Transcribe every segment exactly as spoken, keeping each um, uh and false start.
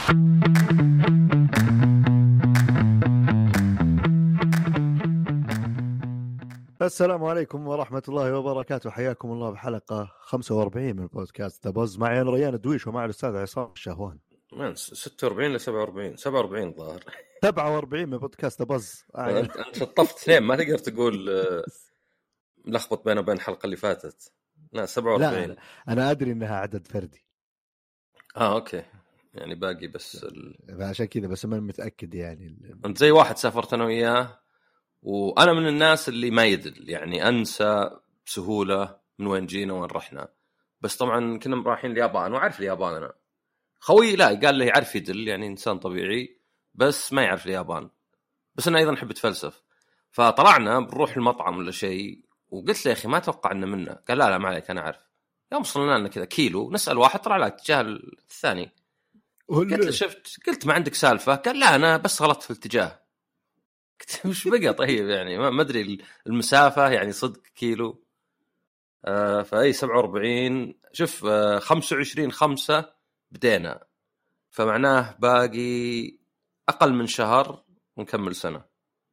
السلام عليكم ورحمة الله وبركاته. حياكم الله بحلقة خمسة وأربعين من بودكاست ذا بوز. معي أنا ريان الدويش ومع الأستاذ عصام الشهوان. من ستة وأربعين ل سبعة وأربعين سبعة وأربعين ظاهر سبعة وأربعين من بودكاست ذا بوز. أنت أنت شطفت اثنين، ما تقدر تقول ملخبط بينه وبين الحلقة اللي فاتت. لا سبعة وأربعين. لا أنا أدري إنها عدد فردي. آه أوكي، يعني باقي بس ال... عشان كذا بس ما متأكد يعني ال... أنت زي واحد سافرت أنا وياه، وأنا من الناس اللي ما يدل، يعني أنسى بسهولة من وين جينا وين رحنا. بس طبعا كنا رايحين اليابان وعارف اليابان. أنا خوي لا قال لي يعرف يدل، يعني إنسان طبيعي بس ما يعرف اليابان. بس أنا أيضا أحب أتفلسف، فطلعنا بنروح المطعم ولا شيء، وقلت له يا أخي ما توقع أنه منه. قال لا لا ما عليك أنا أعرف. يوم وصلنا لنا كذا كيلو نسأل واحد طلع لا اتجاه الثاني. قلت له شفت، قلت ما عندك سالفة؟ قال لا أنا بس غلطت في الاتجاه. قلت وش بقى طيب يعني ما أدري المسافة يعني صدق كيلو. آه فأي سبعة وأربعين شوف آه خمسة وعشرين خمسة بدينا، فمعناه باقي أقل من شهر ونكمل سنة.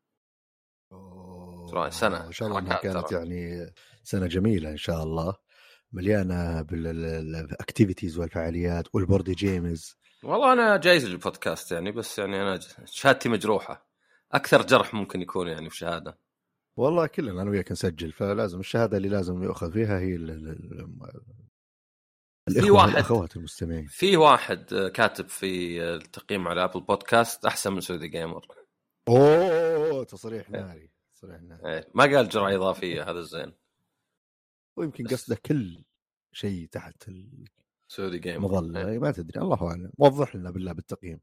ترى سنة إن شاء الله إنها كانت ترى. يعني سنة جميلة إن شاء الله، مليانة بالأكتيفيتيز والفعاليات والبورد جيمز. والله أنا جايز للبودكاست يعني، بس يعني أنا شهادتي مجروحة، أكثر جرح ممكن يكون يعني في شهادة. والله كلنا أنا وياك نسجل، فلازم الشهادة اللي لازم يأخذ فيها هي الإخوة والأخوات المستمعين. في واحد كاتب في التقييم على أبل بودكاست أحسن من سعودي جيمر. أوه تصريح ناري، تصريح ناري. ما قال جرعة إضافية، هذا الزين. ويمكن قصده كل شيء تحت سعودي جيمر مظلة، ما تدري، الله أعلم. وضح لنا بالله بالتقييم.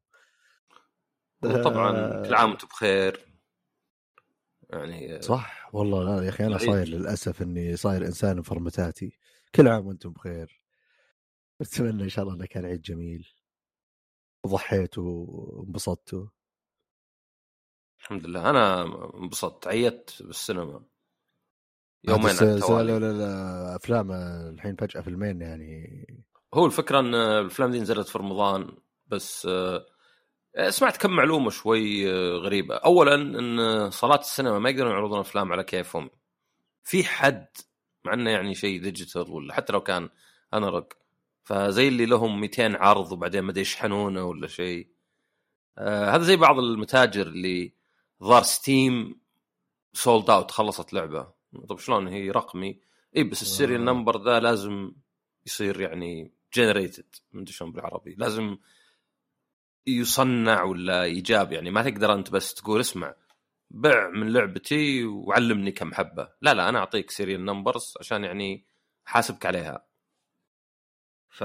طبعا كل عام وانتم بخير يعني. صح والله. لا يا أخي أنا صاير للأسف إني صاير إنسان فرمتاتي. كل عام وانتم بخير. أتمنى إن شاء الله إنه كان عيد جميل وضحيتوا وانبسطتوا. الحمد لله أنا انبسطت، عيت بالسينما يومين على التوالي. لا لا أفلام الحين فجأة فيلمين يعني. هو الفكرة أن الأفلام دي نزلت في رمضان، بس سمعت كم معلومة شوي غريبة. أولا أن صالات السينما ما يقدرون يعرضون أفلام على كيفهم، في حد مع أنه يعني شيء ديجيتال ولا حتى لو كان أنالوج، فزي اللي لهم مئتين عرض وبعدين ما يشحنونه ولا شيء. آه هذا زي بعض المتاجر اللي ظهر ستيم سولد اوت خلصت لعبة. طب شلون هي رقمي؟ اي بس السيريال نمبر ذا لازم يصير يعني جنريتد، ما ادري شلون بالعربي، لازم يصنع ولا يجاب. يعني ما تقدر انت بس تقول اسمع بيع من لعبتي وعلمني كم حبة. لا لا انا اعطيك سيريال نمبرز عشان يعني حاسبك عليها. ف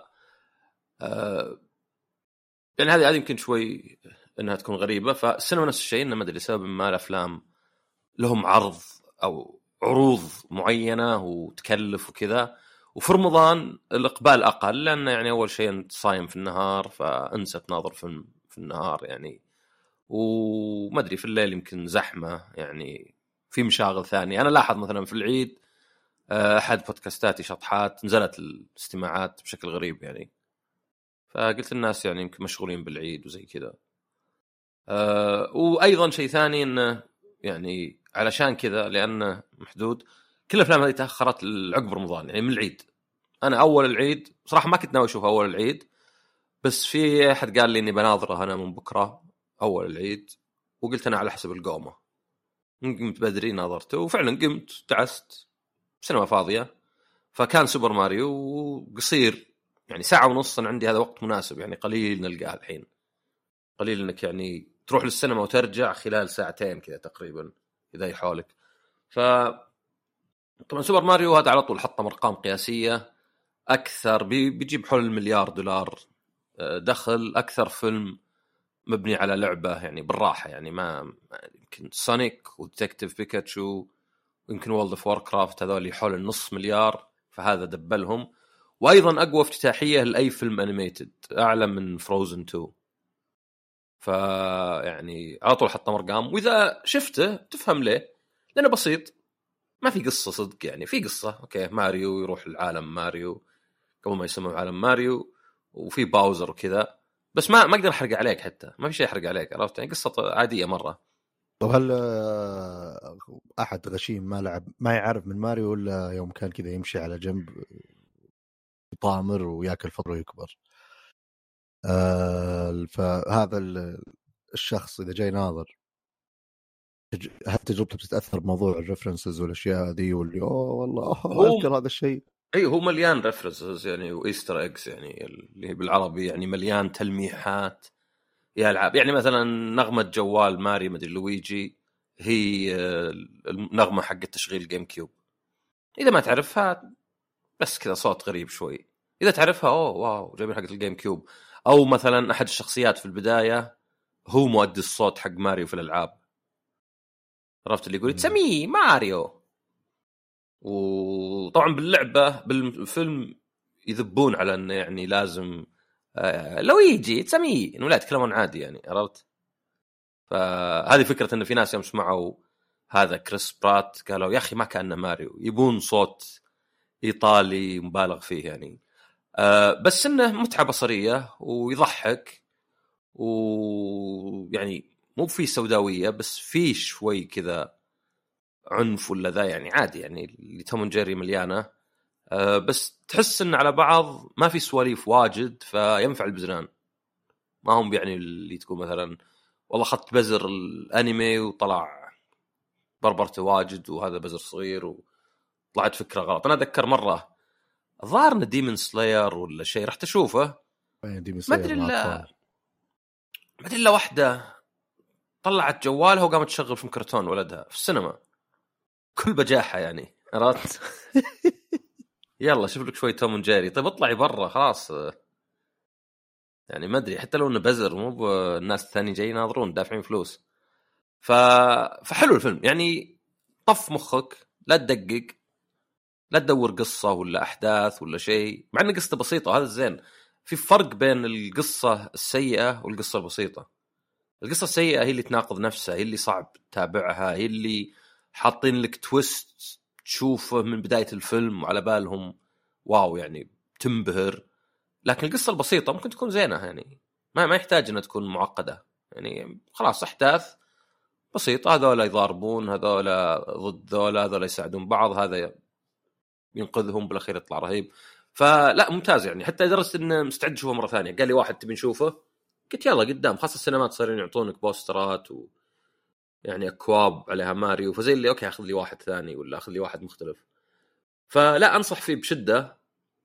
آه يعني هذه هذه يمكن شوي انها تكون غريبة. فالسينما نفس الشيء، انه ما ادري لسبب ما الافلام لهم عرض او عروض معينة وتكلف وكذا، وفي رمضان الإقبال أقل لأن يعني أول شيء أنت صايم في النهار فأنسى تناظر فيلم في النهار يعني، وما أدري في الليل يمكن زحمة يعني في مشاغل ثانية. أنا لاحظ مثلا في العيد أحد بودكاستاتي شطحات نزلت الاستماعات بشكل غريب يعني، فقلت الناس يعني يمكن مشغولين بالعيد وزي كذا. أه وأيضا شيء ثاني إنه يعني علشان كذا لأنه محدود كل الأفلام هذه تأخرت لعقب رمضان يعني من العيد. أنا أول العيد صراحة ما كنت ناوي أشوف أول العيد، بس في أحد قال لي إني بناظره أنا من بكرة أول العيد، وقلت أنا على حسب القومة. قمت بدري ناظرته وفعلا قمت دعست سينما فاضية، فكان سوبر ماريو وقصير يعني ساعة ونص. أنا عندي هذا وقت مناسب يعني، قليل نلقاه الحين، قليل إنك يعني تروح للسينما وترجع خلال ساعتين كذا تقريبا إذا يحولك. ف طبعا سوبر ماريو هذا على طول حطم أرقام قياسية، أكثر بي بيجيب حول المليار دولار دخل، أكثر فيلم مبني على لعبة يعني بالراحة يعني. ما يمكن سونيك وديتكتيف بيكاتشو ويمكن وولد اوف واركرافت هذول حول النص مليار، فهذا دبلهم. وأيضا أقوى افتتاحية لأي فيلم أنيميتد، أعلى من فروزن تو. فيعني على طول حطم أرقام، وإذا شفته تفهم ليه، لأنه بسيط ما في قصة صدق يعني. في قصة أوكي، ماريو يروح العالم ماريو قبل ما يسموه عالم ماريو، وفي باوزر وكذا، بس ما ما اقدر احرق عليك، حتى ما في شيء احرق عليك، عرفت يعني قصه عاديه مره. طب هل احد غشيم ما لعب ما يعرف من ماريو، ولا يوم كان كذا يمشي على جنب يطامر وياكل فطر ويكبر؟ آه فهذا الشخص اذا جاي ناظر هل تجربته بتتاثر بموضوع الريفرنسز والاشياء هذه، واللي اوه والله أوه اذكر هذا الشيء؟ اي هو مليان ريفرنسز يعني وايستر ايجز، يعني اللي بالعربي يعني مليان تلميحات يا العاب. يعني مثلا نغمه جوال ماري مدري لويجي هي النغمه حق تشغيل جيم كيوب، اذا ما تعرفها بس كذا صوت غريب شوي، اذا تعرفها اوه واو جايبين حق الجيم كيوب. او مثلا احد الشخصيات في البدايه هو مؤدي الصوت حق ماريو في الالعاب، عرفت اللي يقول تسميه ماريو. وطبعا باللعبه بالفيلم يذبون على انه يعني لازم آه لويجي تسميه انه لا يتكلمون عادي يعني، عرفت. فهذه فكره انه في ناس يوم سمعوا هذا كريس برات قالوا يا اخي ما كانه ماريو، يبون صوت ايطالي مبالغ فيه يعني. آه بس انه متعه بصريه ويضحك، ويعني مو في سوداويه بس في شوي كذا عنف ولا ذا يعني عادي، يعني اللي توم جيري مليانه. أه بس تحس ان على بعض ما في سواليف واجد فينفع البزنان، ما هم يعني اللي تقول مثلا والله اخذت بزر الانمي وطلع بربرته واجد وهذا بزر صغير وطلعت فكره غلط. انا اتذكر مره الظاهر ان ديمون سلاير ولا شيء رحت اشوفه، ما ادري الا ما ادري الا واحده طلعت جوالها وقامت تشغل في كرتون ولدها في السينما كل بجاحه يعني، عرفت. يلا شوف لك شوي توم جيري، طيب اطلعي برا خلاص يعني، ما ادري حتى لو انه بزر مو الناس الثانيين جايين يناظرون دافعين فلوس. ف... فحلو الفيلم يعني، طف مخك لا تدقق لا تدور قصه ولا احداث ولا شيء، مع ان قصته بسيطه هذا الزين. في فرق بين القصه السيئه والقصه البسيطه. القصه السيئه هي اللي تناقض نفسها، هي اللي صعب تتابعها، هي اللي حاطين لك تويست تشوفه من بدايه الفيلم وعلى بالهم واو يعني تنبهر. لكن القصه البسيطه ممكن تكون زينه يعني، ما ما يحتاج انها تكون معقده يعني، خلاص احداث بسيطه، هذول يضاربون هذول ضد ذول، هذول يساعدون بعض، هذا ينقذهم بالاخير يطلع رهيب. فلا ممتاز يعني، حتى درست ان مستعد اشوفه مره ثانيه. قال لي واحد تبي نشوفه، قلت يلا قدام، خاصه السينمات صارين يعطونك بوسترات و يعني اكواب عليها ماريو، فزي اللي اوكي اخذ لي واحد ثاني ولا اخذ لي واحد مختلف. فلا انصح فيه بشده،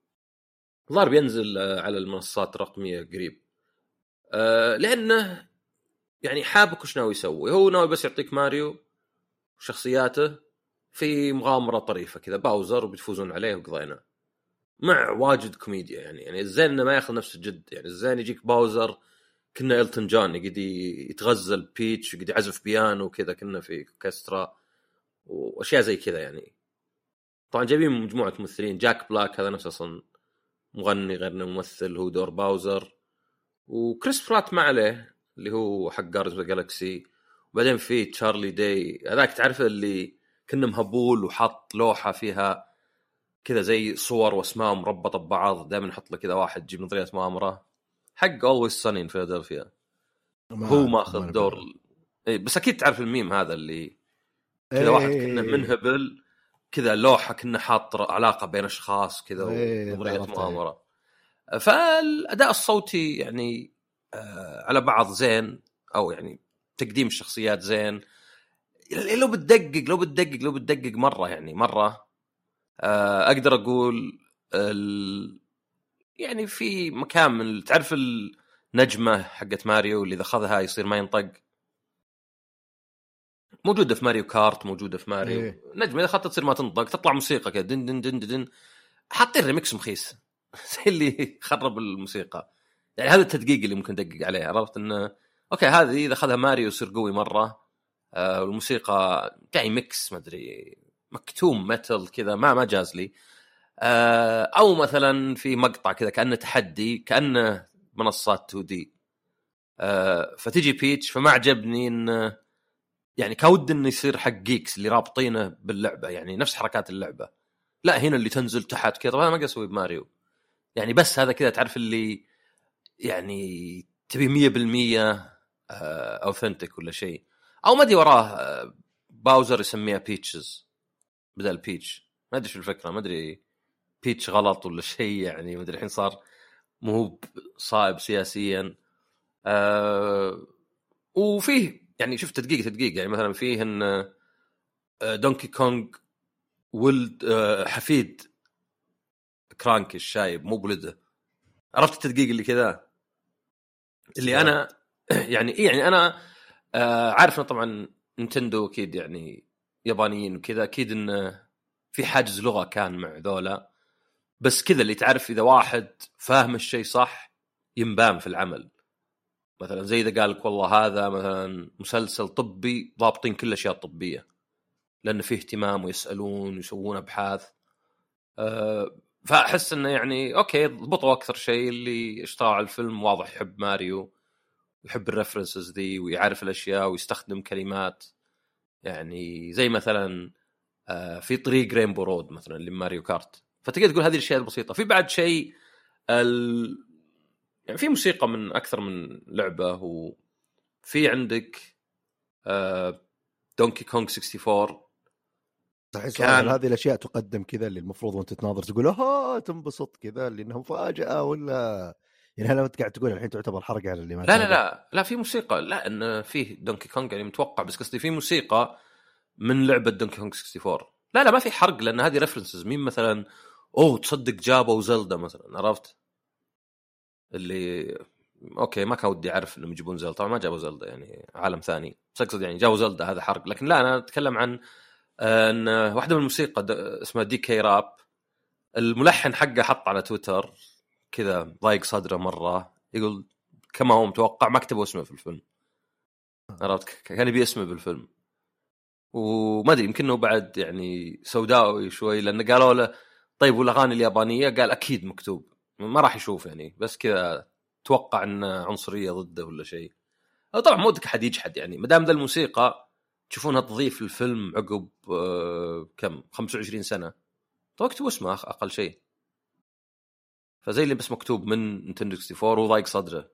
ظهر بينزل على المنصات الرقميه قريب. أه لانه يعني حابك وش ناوي يسوي، هو ناوي بس يعطيك ماريو وشخصياته في مغامره طريفه كذا، باوزر وبتفوزون عليه وقضينا، مع واجد كوميديا يعني. يعني الزين انه ما ياخذ نفسه جد يعني، الزين يجيك باوزر كنا إلتون جون يقعد يتغزل بيتش ويقعد يعزف بيانو وكذا، كنا في كاسترا واشياء زي كذا يعني. طبعا جايبين مجموعه ممثلين، جاك بلاك هذا نفسه اصلا مغني غير انه ممثل، هو دور باوزر، وكريس برات ما عليه اللي هو حق جاردز اوف ذا جالاكسي. وبعدين في تشارلي داي هذاك تعرفه اللي كنا مهبول وحط لوحه فيها كذا زي صور واسماء مربطه ببعض، دائما نحط له كذا واحد يجيب نظريه مؤامره، حق Always Sunny in Philadelphia. هو ماخذ دور اي، بس اكيد تعرف الميم هذا اللي كذا ايه واحد كنا منهبل كذا لوحه كنا حاط علاقه بين اشخاص كذا ايه ونظريه مؤامره. فالاداء الصوتي يعني آه على بعض زين، او يعني تقديم الشخصيات زين. لو بتدقق لو بتدقق لو بتدقق مره يعني مره آه اقدر اقول ال... يعني في مكان من تعرف النجمه حقت ماريو اللي اذا اخذها يصير ما ينطق، موجوده في ماريو كارت، موجوده في ماريو إيه. نجمه اذا اخذتها تصير ما تنطق، تطلع موسيقى كذا دن دن دن دن، حاطين ريمكس مخيس زي اللي خرب الموسيقى يعني. هذا التدقيق اللي ممكن ندقق عليه، عرفت انه اوكي هذه اذا اخذها ماريو يصير قوي مره. آه والموسيقى جاي ميكس ما ادري مكتوم ميتال كذا، ما ما جاز لي. آه او مثلا في مقطع كذا كانه تحدي، كانه منصات تو دي، آه فتجي بيتش، فما عجبني ان يعني كود انه يصير حق جيكس اللي رابطينه باللعبه يعني نفس حركات اللعبه، لا هنا اللي تنزل تحت كذا، طبعا ما قصوي بماريو يعني. بس هذا كذا تعرف اللي يعني تبي مية بالمية اوثنتيك ولا شيء، او ما ادري وراه باوزر يسميها بيتشز بدل بيتش، ما ادري شو الفكره، ما ادري بيتش غلط ولا شيء يعني، ما ادري الحين صار مو صائب سياسيا. أه وفيه يعني شفت تدقيق تدقيق يعني مثلا فيه ان دونكي كونغ ولد حفيد كرانكي الشايب مو بولده، عرفت التدقيق اللي كذا اللي انا يعني ايه يعني انا آه عارف طبعا نينتندو اكيد يعني يابانيين وكذا، اكيد ان في حاجز لغه كان مع ذولا، بس كذا اللي تعرف اذا واحد فاهم الشيء صح ينبام في العمل. مثلا زي اذا قال لك والله هذا مثلا مسلسل طبي ضابطين كل الاشياء الطبيه لانه فيه اهتمام ويسالون ويسوون ابحاث. أه فاحس انه يعني اوكي ضبطوا اكثر شيء اللي اشتغل على الفيلم واضح يحب ماريو ويحب الريفرنسز ذي ويعرف الاشياء ويستخدم كلمات يعني زي مثلا أه في طريق رينبو رود مثلا اللي ماريو كارت، فتقدر تقول هذه الاشياء البسيطه. في بعد شيء ال... يعني في موسيقى من اكثر من لعبه، وفي عندك أه دونكي كونغ أربعة وستين صحيح كان هذه الاشياء تقدم كذا اللي المفروض وانت تناظر تقول ها تنبسط كذا اللي انها مفاجاه، ولا يعني هل انت قاعد تقول الحين تعتبر حرق على اللي ما لا لا لا لا في موسيقى، لا ان فيه دونكي كونغ يعني متوقع، بس قصدي في موسيقى من لعبه دونكي كونغ أربعة وستين. لا لا ما في حرق لان هذه ريفرنسز. مين مثلا اوه تصدق جابوا زلدا مثلا، عرفت اللي اوكي ما كان ودي اعرف انهم يجيبون زلدا، طبعا ما جابوا زلدا يعني عالم ثاني، بس اقصد يعني جابوا زلدا هذا حرق. لكن لا انا اتكلم عن ان واحده من الموسيقى اسمها دي كي راب، الملحن حقه حط على تويتر كذا ضايق صدره مره، يقول كما هو متوقع ما كتبوا اسمه في الفيلم، عرفت كان يبي اسمه بالفيلم. وما ادري يمكن انه بعد يعني سوداوي شوي لان قالوا له طيب والاغاني اليابانيه، قال اكيد مكتوب ما راح يشوف يعني، بس كذا توقع ان عنصريه ضده ولا شيء. طبعا مو ودك احد يجحد يعني، ما دام ذا الموسيقى تشوفونها تضيف الفيلم عقب آه كم خمسة وعشرين سنه، طيب اكتبوا اسمه اقل شيء. فزي اللي بس مكتوب من نينتندو أربعة وستين وضايق صدره.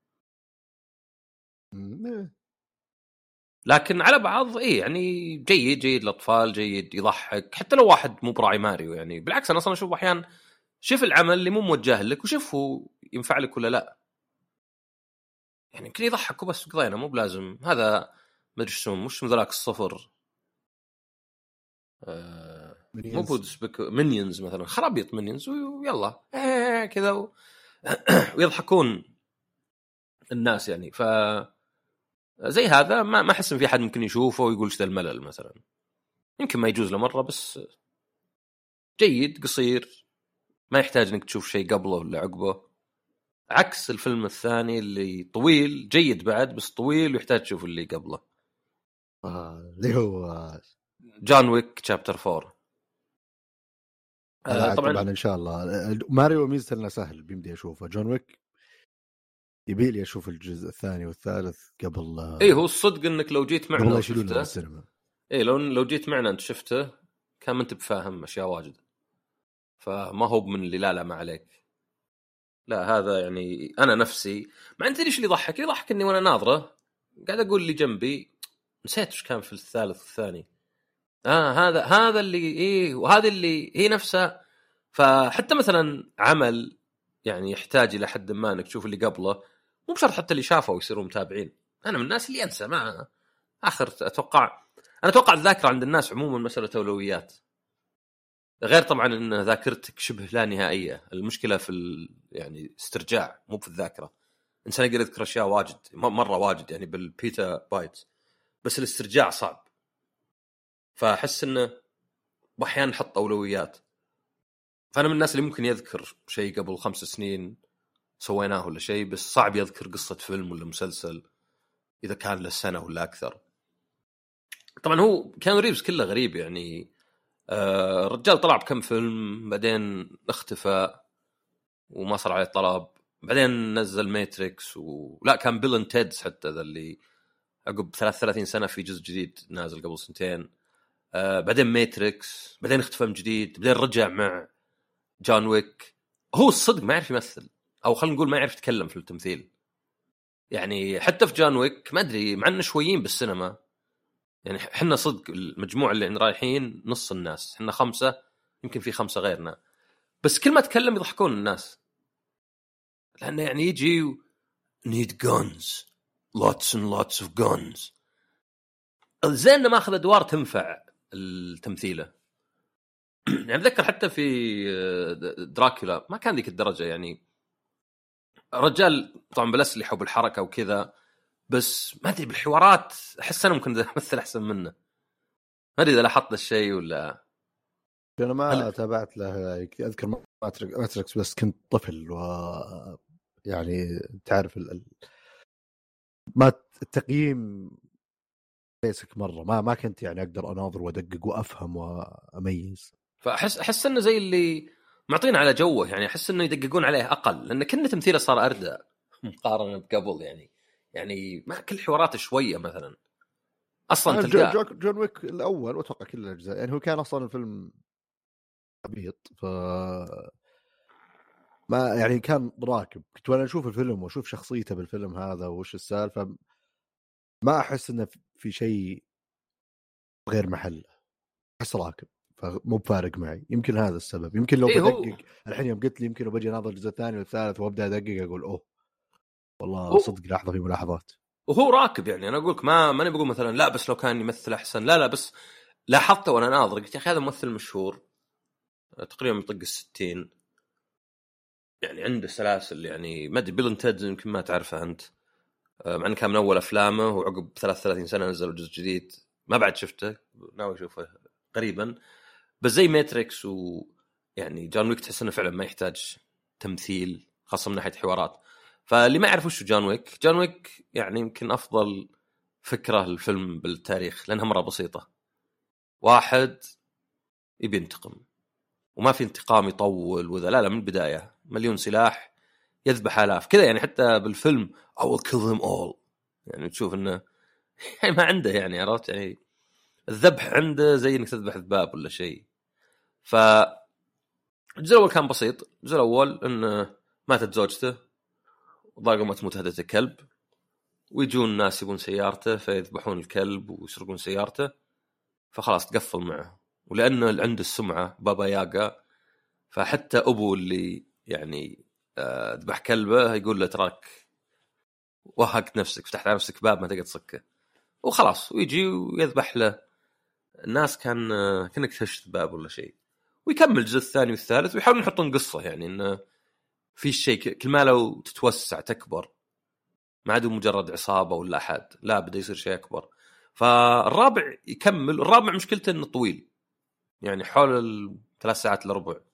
لكن على بعض ايه يعني جيد جيد للاطفال، جيد يضحك حتى لو واحد مو براعي ماريو يعني. بالعكس انا اصلا اشوف احيانا شوف العمل اللي مو موجه لك وشوف هو ينفع لك ولا لا، يعني يمكن يضحك وبس قضينا، مو بلازم هذا ما ادري شو مش ذاك الصفر آه مو بود سبيك مينيونز مثلا خرابيط مينيونز ويلا آه كذا و... ويضحكون الناس يعني. ف زي هذا ما ما احس ان في احد ممكن يشوفه ويقول ايش ذا الملل مثلا، يمكن ما يجوز له مره بس جيد قصير ما يحتاج انك تشوف شيء قبله ولا عقبه، عكس الفيلم الثاني اللي طويل جيد بعد بس طويل ويحتاج تشوف اللي قبله آه اللي هو جون ويك تشابتر فور. آه طبعا ان شاء الله ماريو ميزته انه سهل بيمدي اشوفه، جون ويك يبي لي اشوف الجزء الثاني والثالث قبل. ايه هو الصدق انك لو جيت معنا وشفته السينما، ايه لو لو جيت معنا انت شفته كان ما انت بفاهم اشياء واجد، فما هو من اللي لا لا ما عليك. لا هذا يعني انا نفسي ما انت ليش اللي يضحك يضحك اني وانا ناظره قاعد اقول لي جنبي نسيت ايش كان في الثالث والثاني، اه هذا هذا اللي ايه وهذا اللي هي نفسها. فحتى مثلا عمل يعني يحتاج الى حد ما انك تشوف اللي قبله، مو بشرط حتى اللي شافه ويصيروا متابعين. انا من الناس اللي انسى ما اخر اتوقع انا اتوقع الذاكره عند الناس عموما مساله اولويات، غير طبعا ان ذاكرتك شبه لا نهائيه. المشكله في ال... يعني استرجاع مو في الذاكره. انسان يقدر يذكر اشياء واجد مره واجد يعني بالبيتا بايت، بس الاسترجاع صعب. فاحس انه واحيانا نحط اولويات. فانا من الناس اللي ممكن يذكر شيء قبل خمس سنين سويناه ولا شيء، بس صعب يذكر قصه فيلم ولا مسلسل اذا كان له سنه ولا اكثر. طبعا هو كان ريفز كله غريب يعني، آه الرجال طلع بكم فيلم بعدين اختفى وما صار عليه طلب، بعدين نزل ماتريكس ولا كان بيل اند تيدز حتى ذا اللي عقب ثلاثة وثلاثين سنه في جزء جديد نازل قبل سنتين، آه بعدين ماتريكس بعدين اختفى من جديد بعدين رجع مع جون ويك. هو الصدق ما يعرف يمثل، او خلينا نقول ما يعرف يتكلم في التمثيل. يعني حتى في جون ويك ما ادري مع انه شويين بالسينما يعني احنا صدق المجموعه اللي رايحين نص الناس احنا خمسه يمكن في خمسه غيرنا بس كل ما اتكلم يضحكون الناس لانه يعني يجي و... need guns lots and lots of guns زين ما اخذ ادوار تنفع التمثيله يعني اتذكر حتى في دراكولا ما كان ذيك الدرجه يعني رجال طبعا بالاسلحه وبالحركه وكذا بس ما ادري بالحوارات احس انا ممكن امثل احسن منه ما ادري اذا لاحظت الشيء ولا انا ما هل... تابعت له اذكر ماتريكس بس كنت طفل و يعني تعرف ال... ما التقييم بيسك مره ما ما كنت يعني اقدر اناظر وادقق وافهم واميز فاحس احس انه زي اللي معطين على جوه يعني احس انه يدققون عليه اقل لان كنا تمثيله صار اردى مقارنه بقبل يعني يعني ما كل حواراته شويه مثلا اصلا تلقى جون ويك الاول واتوقع كل الاجزاء يعني هو كان اصلا الفيلم عبيط ف ما يعني كان راكب كنت وانا اشوف الفيلم واشوف شخصيته بالفيلم هذا وش السالفه ما احس انه في شيء غير محله احس راكب فمو بفارق معي يمكن هذا السبب يمكن لو إيه بدقق هو... الحين يوم قلت لي يمكن لو بجي اناظر الجزء الثاني والثالث وابدا ادقق اقول اوه والله هو... صدق لحظه في ملاحظات وهو راكب يعني انا اقولك ما ماني بقول مثلا لا بس لو كان يمثل احسن لا لا بس لاحظته وانا ناظر قلت يا اخي هذا ممثل مشهور تقريبا يطق الستين يعني عنده سلاسل يعني ما ادري بيل تيد يمكن ما تعرفه انت مع انه كان من اول افلامه وعقب ثلاثة وثلاثين سنه نزل جزء جديد ما بعد شفته ناوي اشوفه قريبا بس زي ماتريكس ويعني جون ويك تحس انه فعلا ما يحتاج تمثيل خاصه من ناحيه حوارات فاللي ما يعرف وش جون ويك جون ويك يعني يمكن افضل فكره الفيلم بالتاريخ لانها مره بسيطه واحد يبي ينتقم وما في انتقام يطول وذا لا لا من البدايه مليون سلاح يذبح آلاف كذا يعني حتى بالفيلم I will kill them all يعني تشوف انه يعني ما عنده يعني عرفت يعني الذبح عنده زي انك تذبح ذباب ولا شيء ف الجزء الاول كان بسيط الجزء الاول انه ماتت زوجته وضاقوا ما تموت هدة الكلب ويجون الناس يبون سيارته فيذبحون الكلب ويسرقون سيارته فخلاص تقفل معه ولانه عنده السمعه بابا ياغا فحتى ابو اللي يعني ذبح كلبه يقول له تراك وهقت نفسك فتحت على نفسك باب ما تقدر تصكه وخلاص ويجي ويذبح له الناس كان كأنك تهش باب ولا شيء ويكمل الجزء الثاني والثالث ويحاولون يحطون قصة يعني إنه في شيء كل ما لو تتوسع تكبر ما عاد مجرد عصابة ولا أحد لا بدأ يصير شيء أكبر فالرابع يكمل الرابع مشكلته إنه طويل يعني حول الثلاث ساعات إلا ربع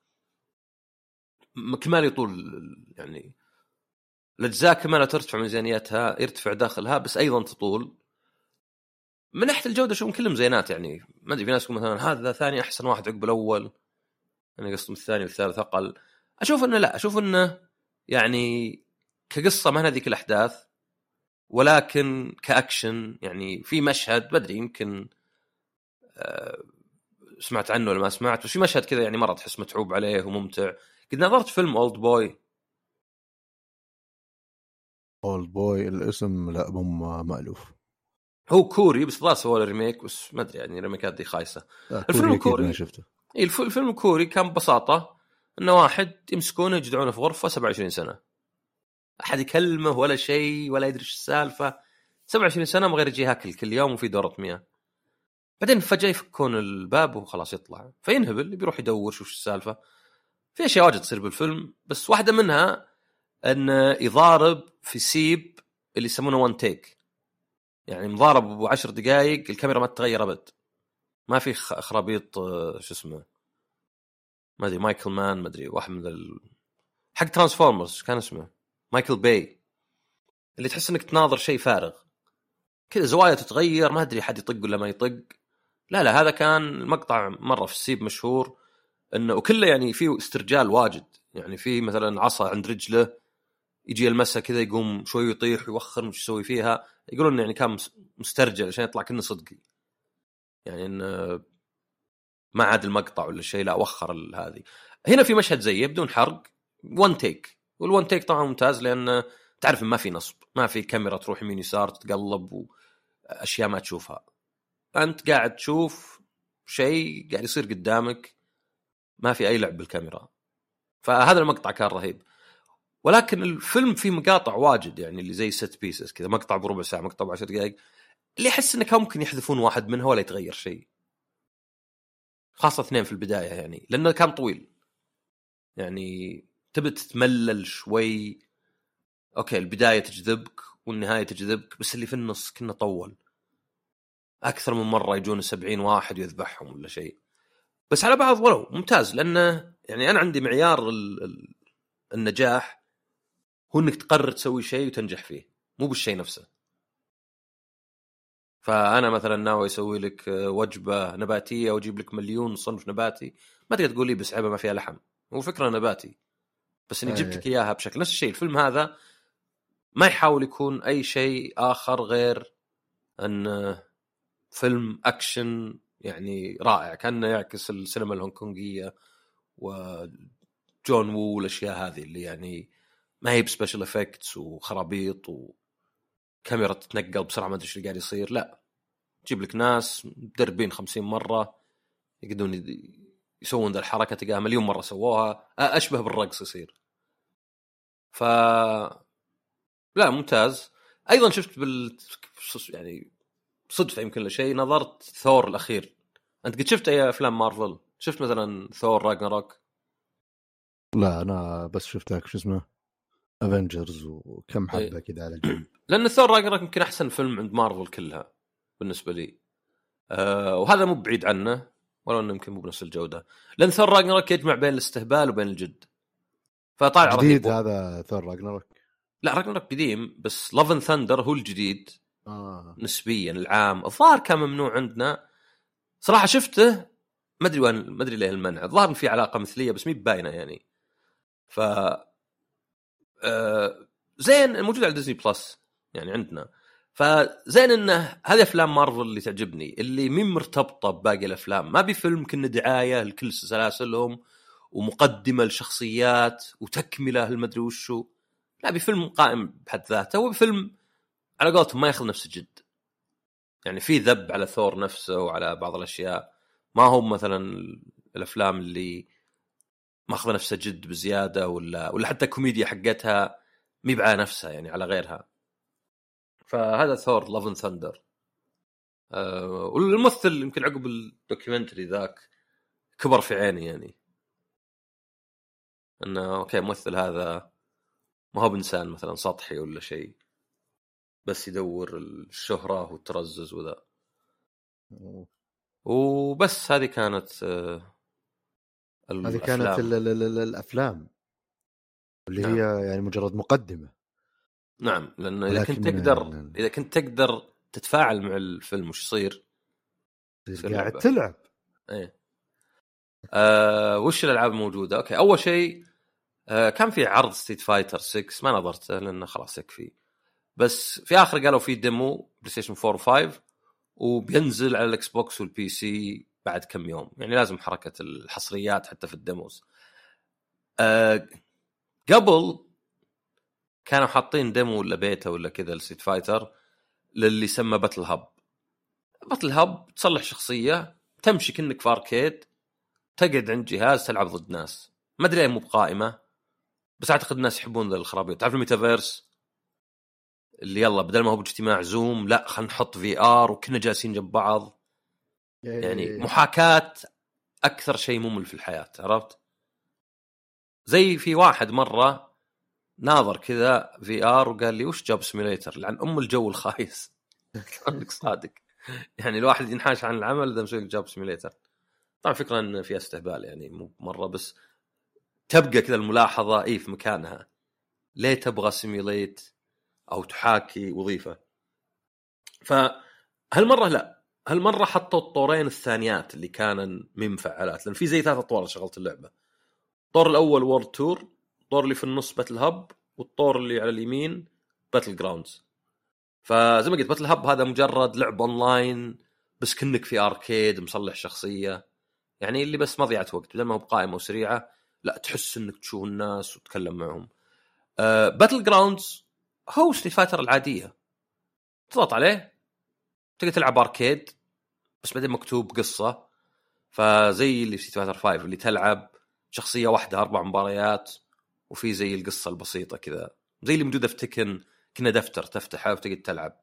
كمال يطول يعني الأجزاء كمان ترتفع ميزانيتها يرتفع داخلها بس أيضا تطول من ناحية الجودة شو كلهم زينات يعني ما أدري في ناس يقول مثلا هذا ثاني أحسن واحد عقب الأول أنا قصة الثاني والثالث أقل أشوف إنه لا أشوف إنه يعني كقصة ما هذيك الأحداث ولكن كأكشن يعني في مشهد بدري يمكن أه سمعت عنه ولا ما سمعت بس في مشهد كذا يعني مرة تحس متعوب عليه وممتع قد نظرت فيلم أولد بوي أولد بوي الاسم لا مو مألوف هو كوري بس ضاع سوى ريميك بس ما أدري يعني ريميكات دي خايسة الفيلم الكوري شفته الفيلم الكوري كان ببساطة إنه واحد يمسكونه يجدعونه في غرفة سبعة وعشرين سنة أحد يكلمه ولا شيء ولا يدري إيش السالفة سبعة وعشرين سنة من غير يجي هاكل كل يوم وفي دورة مياه بعدين فجأة يفكون الباب وخلاص يطلع فينهبل بيروح يدور شو السالفة في أشياء واجد تصير بالفيلم بس واحدة منها أنه يضارب في سيب اللي يسمونه وان تيك يعني مضارب أبو عشر دقائق الكاميرا ما تتغير أبد ما في خرابيط شو اسمه ما أدري مايكل مان ما أدري واحد من ال... حق ترانسفورمرز كان اسمه مايكل باي اللي تحس إنك تناظر شيء فارغ كذا زوايا تتغير ما أدري حد يطق ولا ما يطق لا لا هذا كان المقطع مرة في السيب مشهور إنه وكله يعني فيه استرجال واجد يعني فيه مثلا عصا عند رجله يجي يلمسها كذا يقوم شوي يطيح ويوخر مش يسوي فيها يقولون يعني كان مسترجل عشان يطلع كأنه صدقي يعني إنه ما عاد المقطع ولا شيء لا وخر هذه هنا في مشهد زيه بدون حرق وان تيك والوان تيك طبعا ممتاز لأن تعرف ما في نصب، ما في كاميرا تروح يمين يسار تتقلب واشياء ما تشوفها، انت قاعد تشوف شيء قاعد يصير قدامك، ما في اي لعب بالكاميرا. فهذا المقطع كان رهيب. ولكن الفيلم فيه مقاطع واجد يعني اللي زي ست بيسز كذا، مقطع بربع ساعه، مقطع بعشر دقائق، اللي احس انه كان ممكن يحذفون واحد منها ولا يتغير شيء، خاصه اثنين في البدايه يعني لانه كان طويل، يعني تبي تتملل شوي. اوكي البدايه تجذبك والنهايه تجذبك، بس اللي في النص كنا طول اكثر من مره، يجون سبعين واحد ويذبحهم ولا شيء. بس على بعض ولو ممتاز، لانه يعني انا عندي معيار ال... ال... النجاح هو انك تقرر تسوي شيء وتنجح فيه، مو بالشيء نفسه. فانا مثلا ناوي اسوي لك وجبه نباتيه واجيب لك مليون صنف نباتي، ما تقدر تقول لي بس عيبه ما فيها لحم، هو فكره نباتي بس اني جبت لك اياها بشكل نفس الشيء. الفيلم هذا ما يحاول يكون اي شيء اخر غير ان فيلم اكشن يعني رائع، كانه يعكس السينما الهونغكونغيه وجون وو والاشياء هذه اللي يعني ما هي بسبيشال افكتس وخرابيط وكاميرا تتنقل بسرعه ما ادري ايش قاعد يصير، لا تجيب لك ناس مدربين خمسين مره يقدرون يسوون ذا الحركه، تلقاها مليون مره سووها، اشبه بالرقص يصير. ف لا ممتاز. ايضا شفت بال يعني صدفه يمكن لشيء، نظرت ثور الاخير. انت قد شفت اي افلام مارفل؟ شفت مثلا ثور راجناروك؟ لا انا بس شفت لك شو اسمه افنجرز وكم حبه كذا على جنب. لان ثور راجناروك يمكن احسن فيلم عند مارفل كلها بالنسبه لي، أه وهذا مو بعيد عنه ولو انه يمكن مو بنفس الجوده، لان ثور راجناروك يجمع بين الاستهبال وبين الجد، فطالع جديد هذا ثور راجناروك. لا راجناروك قديم، بس لاف اند ثاندر هو الجديد آه. نسبيا. العام الظاهر كان ممنوع عندنا صراحه، شفته ما ادري وين، ما ادري ليه المنع، الظاهر في علاقه مثليه بس مي باينه يعني. ف آه زين موجود على ديزني بلس يعني عندنا، فزين انه هذه افلام مارفل اللي تعجبني، اللي مين مرتبطه بباقي الافلام، ما بي فيلم كنا دعايه لكل سلاسلهم ومقدمه لشخصيات وتكمله المدري وشو، لا بفيلم قائم بحد ذاته. هو بفيلم على قولتهم ما ياخذ نفسه جد، يعني في ذب على ثور نفسه وعلى بعض الاشياء، ما هو مثلا الافلام اللي ماخذه نفسها جد بزياده، ولا ولا حتى كوميديا حقتها مي بعلى نفسها يعني على غيرها. فهذا ثور لاف اند ثاندر. أه والممثل يمكن عقب الدوكيومنتري ذاك كبر في عيني، يعني انه اوكي ممثل هذا ما هو بإنسان مثلا سطحي ولا شيء بس يدور الشهرة والترزز وذا. وبس هذه كانت آه هذه كانت ال ال ال الأفلام اللي نعم. هي يعني مجرد مقدمة. نعم، لأنه إذا كنت تقدر ال... إذا كنت تقدر تتفاعل مع الفيلم وش يصير؟ قاعد تلعب. إيه. آه وش الألعاب موجودة؟ أوكي أول شيء آه كان في عرض ستريت فايتر ستة، ما نظرته لأنه خلاص يكفي، بس في آخر قالوا في ديمو بلاي ستيشن فور وفايف وبينزل على الإكس بوكس والبي سي بعد كم يوم، يعني لازم حركة الحصريات حتى في الديموز. آه قبل كانوا حاطين ديمو ولا بيتا ولا كذا لستريت فايتر للي يسمى باتل هاب. باتل هاب تصلح شخصية تمشي كأنك في أركيد، تقعد عند جهاز تلعب ضد ناس، ما أدري مو بقائمة بس أعتقد الناس يحبون ذا الخرابيط. تعرف الميتافيرس اللي يلا بدل ما هو باجتماع زوم لا خلينا نحط في آر وكنا جالسين جنب بعض، يعني محاكاة أكثر شيء ممل في الحياة. عرفت؟ زي في واحد مرة ناظر كذا في آر وقال لي وش جوب سيميليتر لعن أم الجو الخايس. كانك صادق، يعني الواحد ينحاش عن العمل إذا مسوي جوب سيميليتر. طبعا فكرة إن فيها استهبال يعني مو مرة، بس تبقى كذا الملاحظة إيه في مكانها. ليه تبغى سيميليت أو تحاكي وظيفة؟ فهالمرة لا، هالمرة حطوا الطورين الثانيات اللي كانوا مفعلات، لأن في زي ثلاثة أطوار شغلت اللعبة. الطور الأول وورد تور، الطور اللي في النص باتل هاب، والطور اللي على اليمين باتل جراوندز. فزي ما قلت باتل هاب هذا مجرد لعب أونلاين بس كنك في أركيد مصلح شخصية، يعني اللي بس مضيعة وقت بدل ما هو بقائمة وسريعة، لا تحس انك تشوف الناس وتتكلم معهم. أه باتل جراوندز هو ستريت فايتر العاديه، تضغط عليه تقدر تلعب اركيد بس بعدين مكتوب قصه. فزي اللي في ستريت فايتر خمسة اللي تلعب شخصيه واحده اربع مباريات وفي زي القصه البسيطه كذا، زي اللي موجوده في تكن كنا دفتر تفتحه وتقدر تلعب.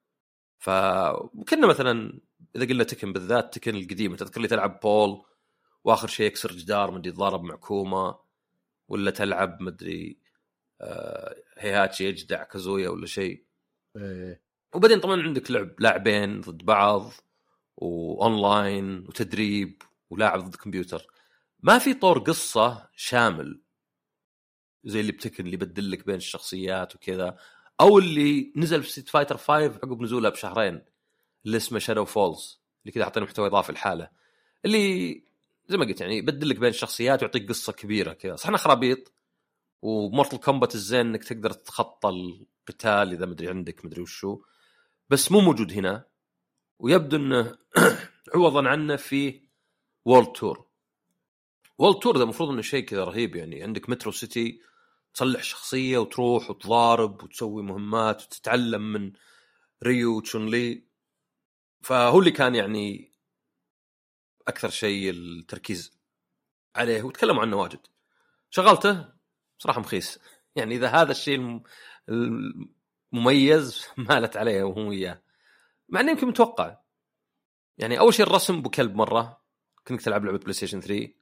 فكنا مثلا اذا قلنا تكن بالذات تكن القديمه تذكر لي تلعب بول واخر شيء يكسر جدار مدري يتضارب مع كوما، ولا تلعب مدري آه هيهاتشي يجدع كازويا ولا شيء. إيه. وبعدين طبعا عندك لعب لاعبين ضد بعض واونلاين وتدريب ولاعب ضد كمبيوتر. ما في طور قصه شامل زي اللي بتكن اللي بدلك بين الشخصيات وكذا، او اللي نزل في ستريت فايتر خمسة عقب نزولها بشهرين اللي اسمه شادو فولز اللي كذا حاطين محتوى اضافي الحاله، اللي زي ما قلت يعني يبدلك بين الشخصيات ويعطيك قصه كبيره كذا. صحنا خرابيط ومورتل كومبات الزين انك تقدر تتخطى القتال اذا مدري عندك مدري وشو، بس مو موجود هنا. ويبدو انه عوضا عنه في وورلد تور. وورلد تور ده المفروض انه شيء كذا رهيب، يعني عندك مترو سيتي تصلح شخصيه وتروح وتضارب وتسوي مهمات وتتعلم من ريو وتشون لي. فهو اللي كان يعني اكثر شيء التركيز عليه وتكلموا عنه واجد. شغلته صراحه مخيس، يعني اذا هذا الشيء المميز مالت عليه وهو اياه، مع انه يمكن متوقع. يعني اول شيء الرسم بكلب مره، كنت تلعب لعبه بلاي ستيشن ثري.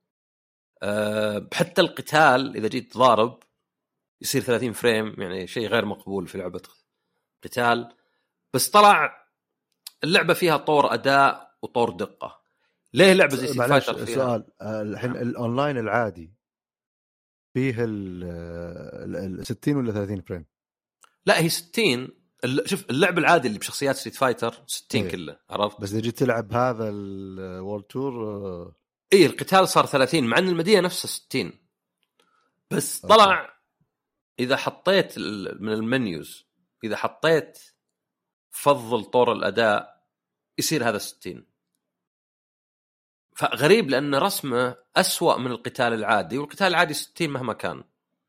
أه حتى القتال اذا جيت تضارب يصير ثلاثين فريم، يعني شيء غير مقبول في لعبه قتال. بس طلع اللعبه فيها طور اداء وطور دقه. ليه لعبه زي ستريت فايتر فيها سؤال الحين الاونلاين العادي فيه ال ستين ولا ثلاثين فريم؟ لا هي ستين. شوف اللعب العادي اللي بشخصيات ستريت فايتر ستين إيه. كله عرفت. بس اذا جيت تلعب هذا الورلد تور ايه القتال صار ثلاثين مع ان المدينه نفسها ستين. بس طلع أوكي. اذا حطيت من المنيوز اذا حطيت فضل طور الاداء يصير هذا ستين. فغريب لان رسمه أسوأ من القتال العادي، والقتال العادي ستين مهما كان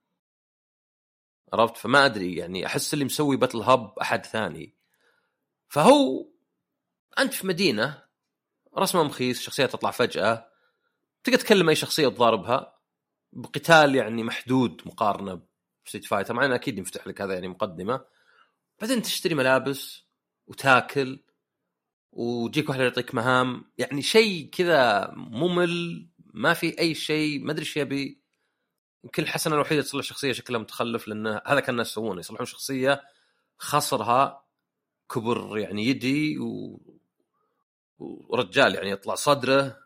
عرفت. فما ادري يعني احس اللي مسوي باتل هاب احد ثاني. فهو انت في مدينه رسمه مخيس، شخصيه تطلع فجاه تقدر تكلم اي شخصيه تضاربها بقتال يعني محدود مقارنه بستريت فايتر. معنا اكيد يفتح لك هذا يعني مقدمه، بعدين تشتري ملابس وتاكل وجيك واحد يعطيك مهام، يعني شيء كذا ممل ما في اي شيء. ما ادري ايش يبي. يمكن الحسنه الوحيده تصلح شخصيه شكلها متخلف، لان هذا كان الناس يسوونه يصلحون شخصيه خصرها كبر يعني يدي و... ورجال يعني يطلع صدره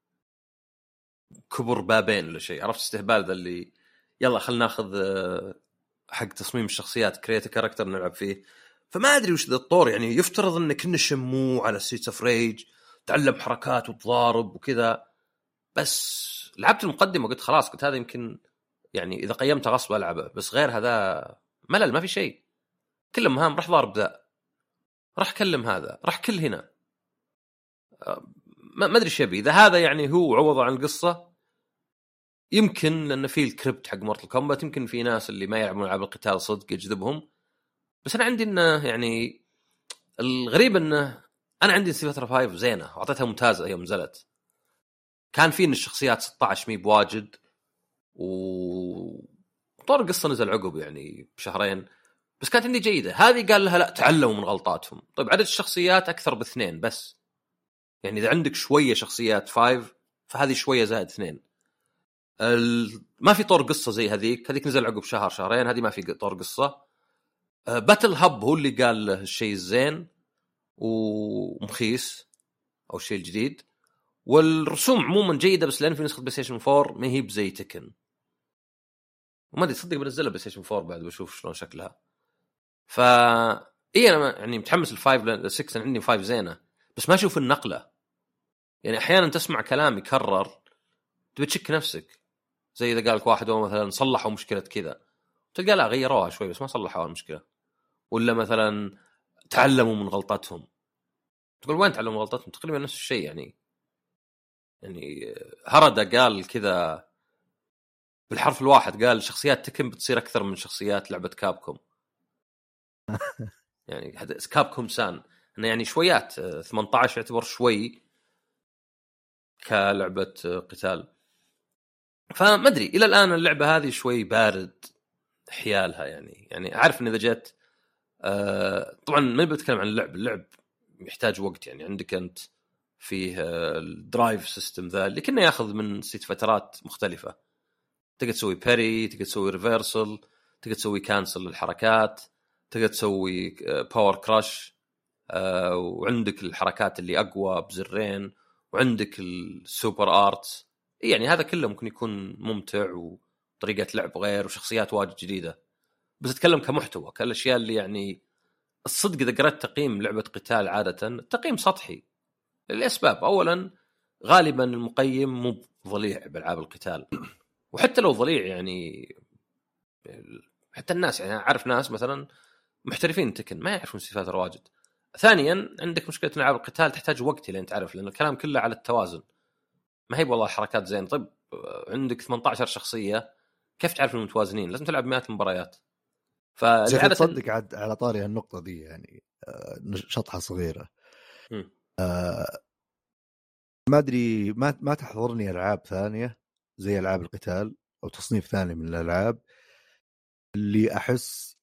كبر بابين ولا شيء، عرفت استهبال ذا اللي يلا خلنا ناخذ حق تصميم الشخصيات كرييت كاركتر نلعب فيه. فما ادري وش ذا الطور، يعني يفترض انك نشمو على سيت اوف ريج تعلم حركات وتضارب وكذا. بس لعبت المقدمه وقلت خلاص، قلت هذا يمكن يعني اذا قيمته غصب العبه، بس غير هذا ملل ما في شيء. كل مهام راح ضارب ذا راح كلم هذا راح كل هنا ما ادري شبي. اذا هذا يعني هو عوض عن القصه يمكن لان في الكريبت حق مورتل كومبات، يمكن في ناس اللي ما يلعبون العاب القتال صدق يجذبهم. بس انا عندي انه يعني الغريب انه انا عندي ستريت فايتر خمسة زينه واعطيتها ممتازه يوم نزلت. كان في ان الشخصيات ستة عشر مي بواجد وطور القصه نزل عقب يعني بشهرين، بس كانت عندي جيده. هذه قال لها لا تعلموا من غلطاتهم. طيب عدد الشخصيات اكثر باثنين بس، يعني اذا عندك شويه شخصيات خمسة فهذه شويه زائد اثنين. ال... ما في طور قصه زي هذيك هذيك نزل عقب شهر شهرين، هذه ما في طور قصه. باتل هاب هو اللي قال له الشيء الزين ومخيس او الشيء الجديد، والرسوم عموما جيده، بس لان في نسخه بلاي ستيشن فور ما هي بزي تكن. وما ادري تصدق بنزلها بلاي ستيشن فور بعد بشوف شلون شكلها. ف اي انا يعني متحمس الفايف لان ستة عندي فايف زينه، بس ما اشوف النقله. يعني احيانا تسمع كلام يكرر تبي تشك نفسك، زي اذا قالك واحد مثلا صلحوا مشكله كذا تلقى لا غيروها شوي بس ما صلحوا المشكله. ولا مثلا تعلموا من غلطاتهم، تقول وين تعلموا من غلطاتهم؟ تقريبا نفس الشيء. يعني يعني هردا قال كذا بالحرف الواحد، قال شخصيات تكن بتصير اكثر من شخصيات لعبه كابكوم. يعني هذا كابكوم سان انه يعني شويات ثمانية عشر يعتبر شوي كلعبه قتال. فما ادري الى الان اللعبه هذه شوي بارد حيالها يعني يعني اعرف ان اذا جت آه طبعا ما بتكلم عن اللعب اللعب يحتاج وقت يعني عندك انت فيه الدرايف سيستم ذا اللي كنا ياخذ من ست فترات مختلفه تقدر تسوي باري تقدر تسوي ريفرسل تقدر تسوي كانسل للحركات تقدر تسوي باور كراش آه وعندك الحركات اللي اقوى بزرين وعندك السوبر ارت يعني هذا كله ممكن يكون ممتع وطريقه لعب غير وشخصيات واجد جديده. بس اتكلم كمحتوى كالاشياء اللي يعني الصدق اذا قرأت تقييم لعبه قتال عاده التقييم سطحي لاسباب. اولا غالبا المقيم مو ضليع بالعاب القتال وحتى لو ضليع يعني حتى الناس يعني اعرف ناس مثلا محترفين تكن ما يعرفون صفات الواجد. ثانيا عندك مشكله العاب القتال تحتاج وقت لين تعرف لان الكلام كله على التوازن ما هي والله حركات زين. طيب عندك ثمانية عشر شخصيه كيف تعرف انهم متوازنين؟ لازم تلعب مئات المباريات. فالعاده تصدق عاد على طاري النقطه دي يعني شطحه صغيره آه ما ادري ما ما تحضرني العاب ثانيه زي العاب القتال او تصنيف ثاني من الالعاب اللي احس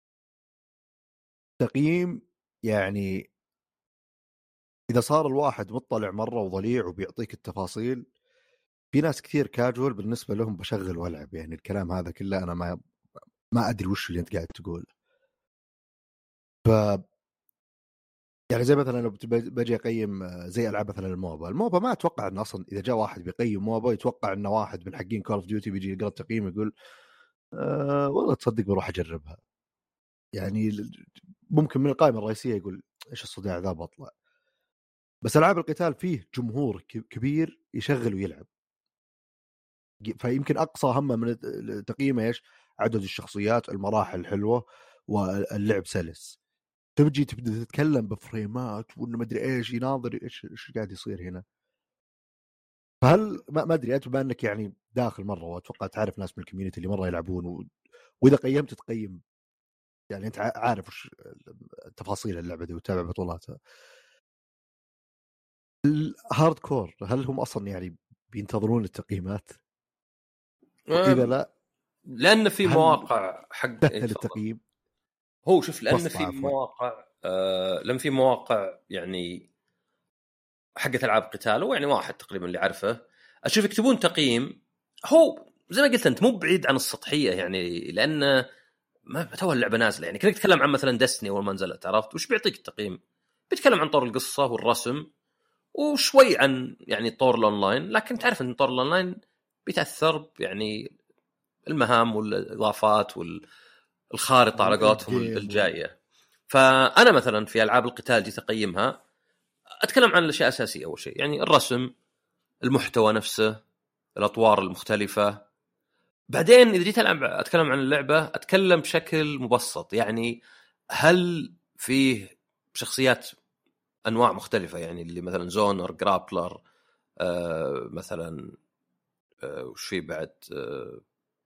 تقييم يعني اذا صار الواحد مطلع مره وضليع وبيعطيك التفاصيل. في ناس كثير كاجوال بالنسبه لهم بشغل والعب يعني الكلام هذا كله انا ما ما ادري وش اللي انت قاعد تقول. ف يعني زي مثلا لو بجي اقيم زي العاب مثلا الموبا الموبا ما اتوقع ان اصلا اذا جاء واحد بيقيم موبا يتوقع انه واحد من حقين كول اوف ديوتي بيجي يقرا التقييم يقول أه والله تصدق بروح اجربها. يعني ممكن من القائمه الرئيسيه يقول ايش الصداع ذا بطلع. بس العاب القتال فيه جمهور كبير يشغل ويلعب فيمكن اقصى همه من التقييم ايش عدد الشخصيات المراحل الحلوه واللعب سلس. تبجي تبدا تتكلم بفريمات وانه ما ادري ايش يناظر ايش ايش قاعد يصير هنا. فهل ما ادري انت بانك يعني داخل مره واتوقع تعرف ناس من الكوميونتي اللي مره يلعبون و... واذا قيمت تقيم يعني انت عارف وش تفاصيل اللعبه دي وتتابع بطولاتها. الهارد كور هل هم اصلا يعني بينتظرون التقييمات؟ واذا لا لان في مواقع حق التقييم هو شوف لان في مواقع آه لان في مواقع يعني حقت العاب قتال ويعني واحد تقريبا اللي عارفه اشوف يكتبون تقييم هو زي ما قلت انت مو بعيد عن السطحيه يعني لان ما تو اللعبه نازله يعني كنت تتكلم عن مثلا دستني اول ما نزلت عرفت وش بيعطيك التقييم بيتكلم عن طور القصه والرسم وشوي عن يعني طور الاونلاين لكن تعرف ان طور الاونلاين بيتاثر يعني المهام والاضافات والخارطه على قولتهم الجايه. فانا مثلا في العاب القتال دي تقيمها اتكلم عن الاشياء الاساسيه اول شيء يعني الرسم المحتوى نفسه الاطوار المختلفه. بعدين اذا جيت العب اتكلم عن اللعبه اتكلم بشكل مبسط يعني هل فيه شخصيات انواع مختلفه يعني اللي مثلا زونر جرابلر آه مثلا آه وش في بعد آه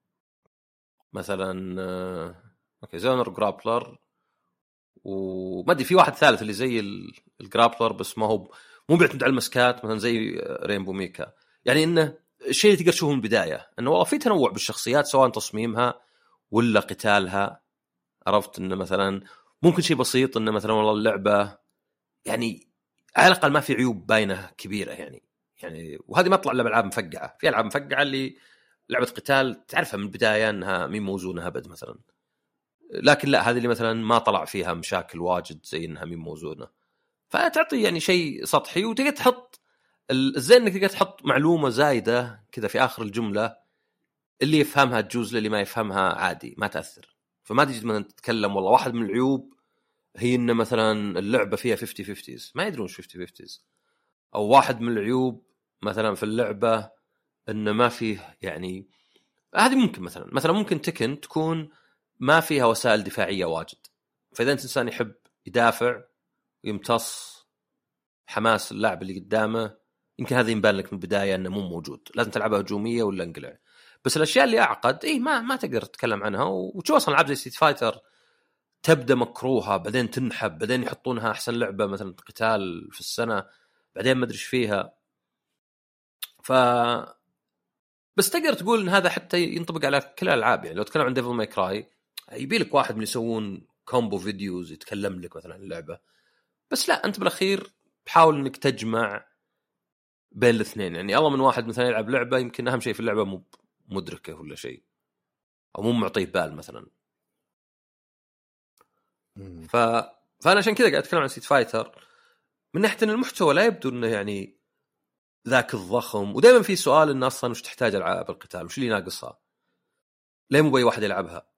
مثلا آه اوكي زونر جرابلر وما ادري في واحد ثالث اللي زي الجرابلر بس ما هو مو بيعتمد على المسكات مثلا زي رينبو ميكا. يعني انه الشيء اللي تقدر تشوفه من البدايه انه والله في تنوع بالشخصيات سواء تصميمها ولا قتالها. عرفت انه مثلا ممكن شيء بسيط انه مثلا والله اللعبه يعني على الاقل ما في عيوب باينه كبيره يعني يعني وهذه ما طلع الا بالعاب مفقعه. في العاب مفقعه اللي لعبه قتال تعرفها من البدايه انها مين موزونها ابد مثلا لكن لا هذه اللي مثلا ما طلع فيها مشاكل واجد زي انها مين موزونه. فتعطي يعني شيء سطحي وتقدر تحط الزين انك تقدر تحط معلومه زايده كذا في اخر الجمله اللي يفهمها تجوز اللي ما يفهمها عادي ما تاثر. فما تجي مثلا تتكلم والله واحد من العيوب هي ان مثلا اللعبه فيها خمسين خمسين ما يدرون خمسين خمسين او واحد من العيوب مثلا في اللعبه انه ما فيه يعني هذه ممكن مثلا مثلا ممكن تكن تكون ما فيها وسائل دفاعيه واجد. فاذا انت انسان يحب يدافع ويمتص حماس اللاعب اللي قدامه يمكن هذا ينبان لك من البدايه انه مو موجود لازم تلعبها هجوميه ولا انقلع. بس الاشياء اللي اعقد اي ما ما تقدر تتكلم عنها وتشوف اصلا العاب زي ستريت فايتر تبدا مكروهه بعدين تنحب بعدين يحطونها احسن لعبه مثلا قتال في السنه بعدين ما ادري ايش فيها. ف بس تقدر تقول ان هذا حتى ينطبق على كل الالعاب. يعني لو تكلم عن ديفل ماي كراي يبي لك واحد من يسوون كومبو فيديوز يتكلم لك مثلا عن اللعبه، بس لا انت بالاخير تحاول انك تجمع بين الاثنين. يعني الله من واحد مثلا يلعب لعبه يمكن اهم شيء في اللعبه مو مدركه ولا شيء او مو معطيه بال مثلا. ف... فانا عشان كذا قاعد اتكلم عن سيت فايتر من ناحيه ان المحتوى لا يبدو انه يعني ذاك الضخم. ودائما في سؤال الناس اصلا وش تحتاج العاب القتال، وش اللي ناقصها، ليه مو باي واحد يلعبها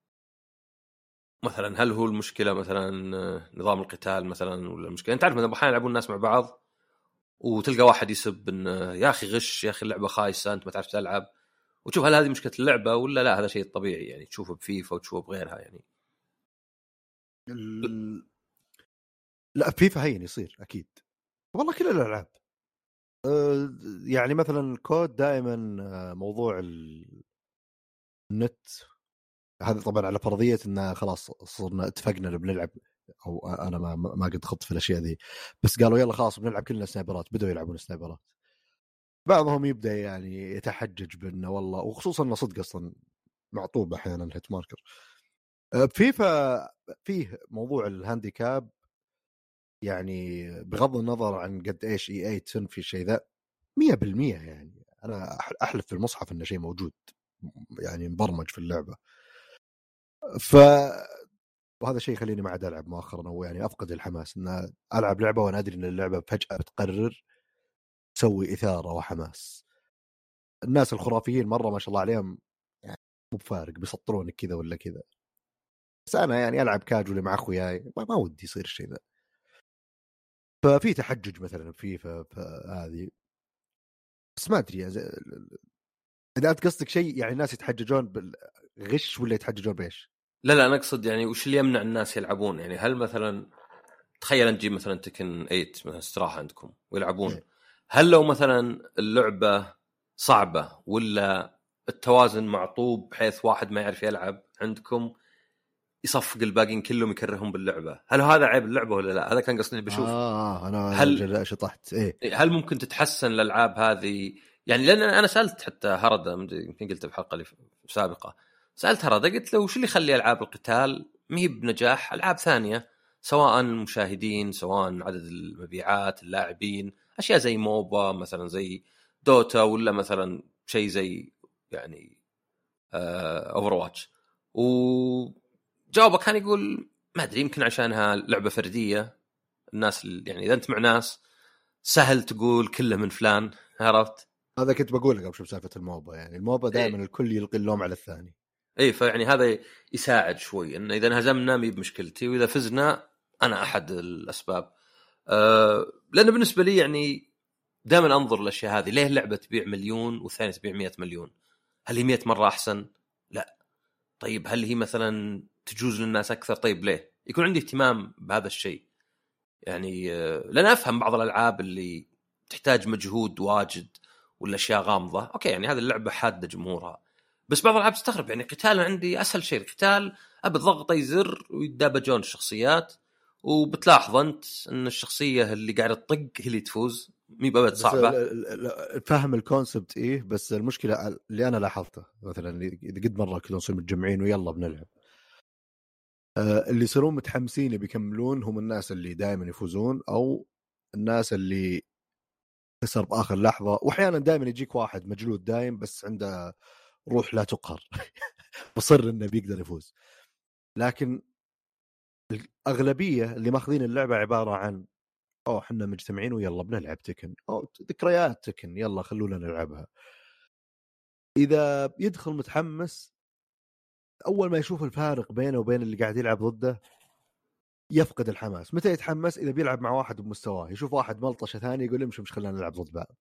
مثلا؟ هل هو المشكله مثلا نظام القتال مثلا، ولا المشكله انت عارف مثلا احيانا يلعبون الناس مع بعض وتلقى واحد يسب ان يا اخي غش، يا اخي اللعبه خايسه انت ما تعرف تلعب، وتشوف هل هذه مشكله اللعبه ولا لا هذا شيء طبيعي يعني تشوفه بفيفا وتشوفه بغيرها. يعني ال... لا فيفا هين يصير اكيد والله كل الالعاب. أه يعني مثلا كود دائما موضوع النت هذا طبعا على فرضيه ان خلاص صرنا اتفقنا بنلعب، او انا ما ما قد خضت في الاشياء ذي، بس قالوا يلا خلاص بنلعب كلنا سنايبرات، بدأوا يلعبون سنايبرات. بعضهم يبدا يعني يتحجج بانه والله، وخصوصا انه صدق اصلا معطوب احيانا الهيت ماركر. فيفا فيه موضوع الهانديكاب، يعني بغض النظر عن قد ايش اي اي تنفي الشيء ذا مية بالمية. يعني انا احلف في المصحف انه شيء موجود يعني مبرمج في اللعبه. ف وهذا شيء يخليني ما عاد العب مؤخرا، او يعني افقد الحماس ان العب لعبه وانا ادري ان اللعبه فجاه بتقرر تسوي اثاره وحماس. الناس الخرافيين مره ما شاء الله عليهم يعني مو بفارق بيسطرونك كذا ولا كذا، بس انا يعني العب كاجولي مع اخوياي ما ودي يصير الشيء ذا. ففي تحجج مثلا في هذه، بس ما ادري اذا انت قصدك شيء يعني الناس يتحججون بالغش ولا يتحججون بايش؟ لا لا انا اقصد يعني وش اللي يمنع الناس يلعبون. يعني هل مثلا تخيل نجيب مثلا تكن ثمانية مثلا استراحه عندكم ويلعبون إيه؟ هل لو مثلا اللعبه صعبه ولا التوازن معطوب بحيث واحد ما يعرف يلعب عندكم يصفق الباقين كلهم يكرههم باللعبه، هل هذا عيب اللعبه ولا لا؟ هذا كان قصدي بشوف. اه انا هل شطحت ايه هل ممكن تتحسن الالعاب هذه؟ يعني لان انا سالت حتى هرده يمكن قلت بحلقه اللي سابقه، سالت هرده قلت له وش اللي يخلي العاب القتال ما هي بنجاح العاب ثانيه، سواء المشاهدين سواء عدد المبيعات اللاعبين، اشياء زي موبا مثلا زي دوتا ولا مثلا شيء زي يعني اوفر واتش. وجوابه كان يقول ما ادري يمكن عشانها لعبه فرديه، الناس يعني اذا انت مع ناس سهل تقول كله من فلان، عرفت؟ هذا كنت بقول لك قبل سالفه الموبا، يعني الموبا دائما إيه؟ الكل يلقي اللوم على الثاني. اي فيعني هذا يساعد شوي ان اذا انهزمنا مي بمشكلتي واذا فزنا انا احد الاسباب. أه لانه بالنسبه لي يعني دائما انظر للاشياء هذه، ليه لعبه تبيع مليون والثانيه تبيع مئة مليون؟ هل هي مئة مره احسن؟ لا. طيب هل هي مثلا تجوز للناس اكثر؟ طيب ليه يكون عندي اهتمام بهذا الشيء؟ يعني أه لان افهم بعض الالعاب اللي تحتاج مجهود واجد ولا اشياء غامضه، اوكي يعني هذه اللعبه حاده جمهورها، بس بعض الالعاب تستغرب يعني قتال عندي اسهل شيء القتال، ابي ضغط اي زر ويتدابجون الشخصيات، وبتلاحظ انت ان الشخصيه اللي قاعده تطق هي اللي تفوز، مي بابد صعبه. فاهم الكونسبت ايه، بس المشكله اللي انا لاحظته مثلا اذا قد مره كذا نصير متجمعين ويلا بنلعب، اللي يصيرون متحمسين بيكملون هم الناس اللي دائما يفوزون او الناس اللي خسر باخر لحظه. واحيانا دائما يجيك واحد مجلود دايم بس عنده روح لا تقهر بصر انه بيقدر يفوز. لكن الاغلبيه اللي ماخذين اللعبه عباره عن اوه احنا مجتمعين ويلا بنلعب تكن، او ذكريات تكن يلا خلونا نلعبها. اذا يدخل متحمس اول ما يشوف الفارق بينه وبين اللي قاعد يلعب ضده يفقد الحماس. متى يتحمس؟ اذا بيلعب مع واحد بمستواه، يشوف واحد ملطشه ثاني يقول امشي مش خلينا نلعب ضد بعض.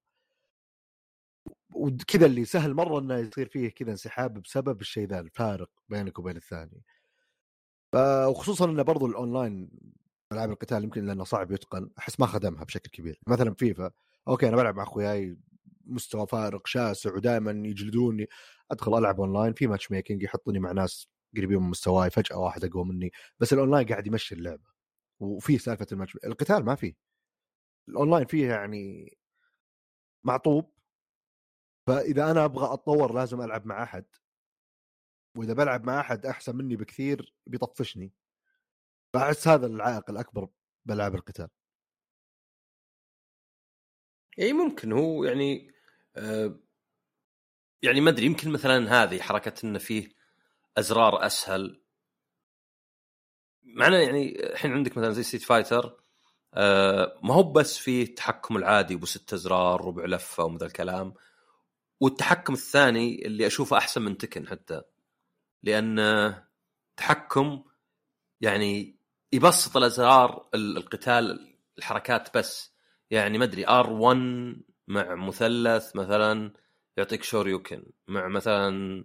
وكذا اللي سهل مره انه يصير فيه كذا انسحاب بسبب الشيء ذا، الفارق بينك وبين الثاني. وخصوصا انه برضو الاونلاين العاب القتال يمكن لانه صعب يتقن، احس ما خدمها بشكل كبير. مثلا فيفا اوكي انا بلعب مع اخوياي مستوى فارق شاسع ودائما يجلدوني، ادخل العب اونلاين في ماتش ميكنج يحطني مع ناس قريبين من مستواي، فجأة واحد أقوى مني، بس الأونلاين قاعد يمشي اللعبة. وفيه سالفة الماتش، القتال ما فيه. الأونلاين فيه يعني معطوب، فإذا أنا أبغى أتطور لازم ألعب مع أحد، وإذا بلعب مع أحد أحسن مني بكثير بيطفشني. فأحس هذا العائق الأكبر بلعب القتال. اي ممكن هو يعني آه يعني ما ادري، يمكن مثلا هذه حركه انه فيه ازرار اسهل. معنا يعني الحين عندك مثلا زي ستريت فايتر آه ما هو بس فيه التحكم العادي ابو ست ازرار ربع لفه ومن ذا الكلام، والتحكم الثاني اللي اشوفه احسن من تكن حتى، لان تحكم يعني يبسط الازرار القتال الحركات بس. يعني ما ادري ار واحد مع مثلث مثلا يعطيك شوريوكن، مع مثلا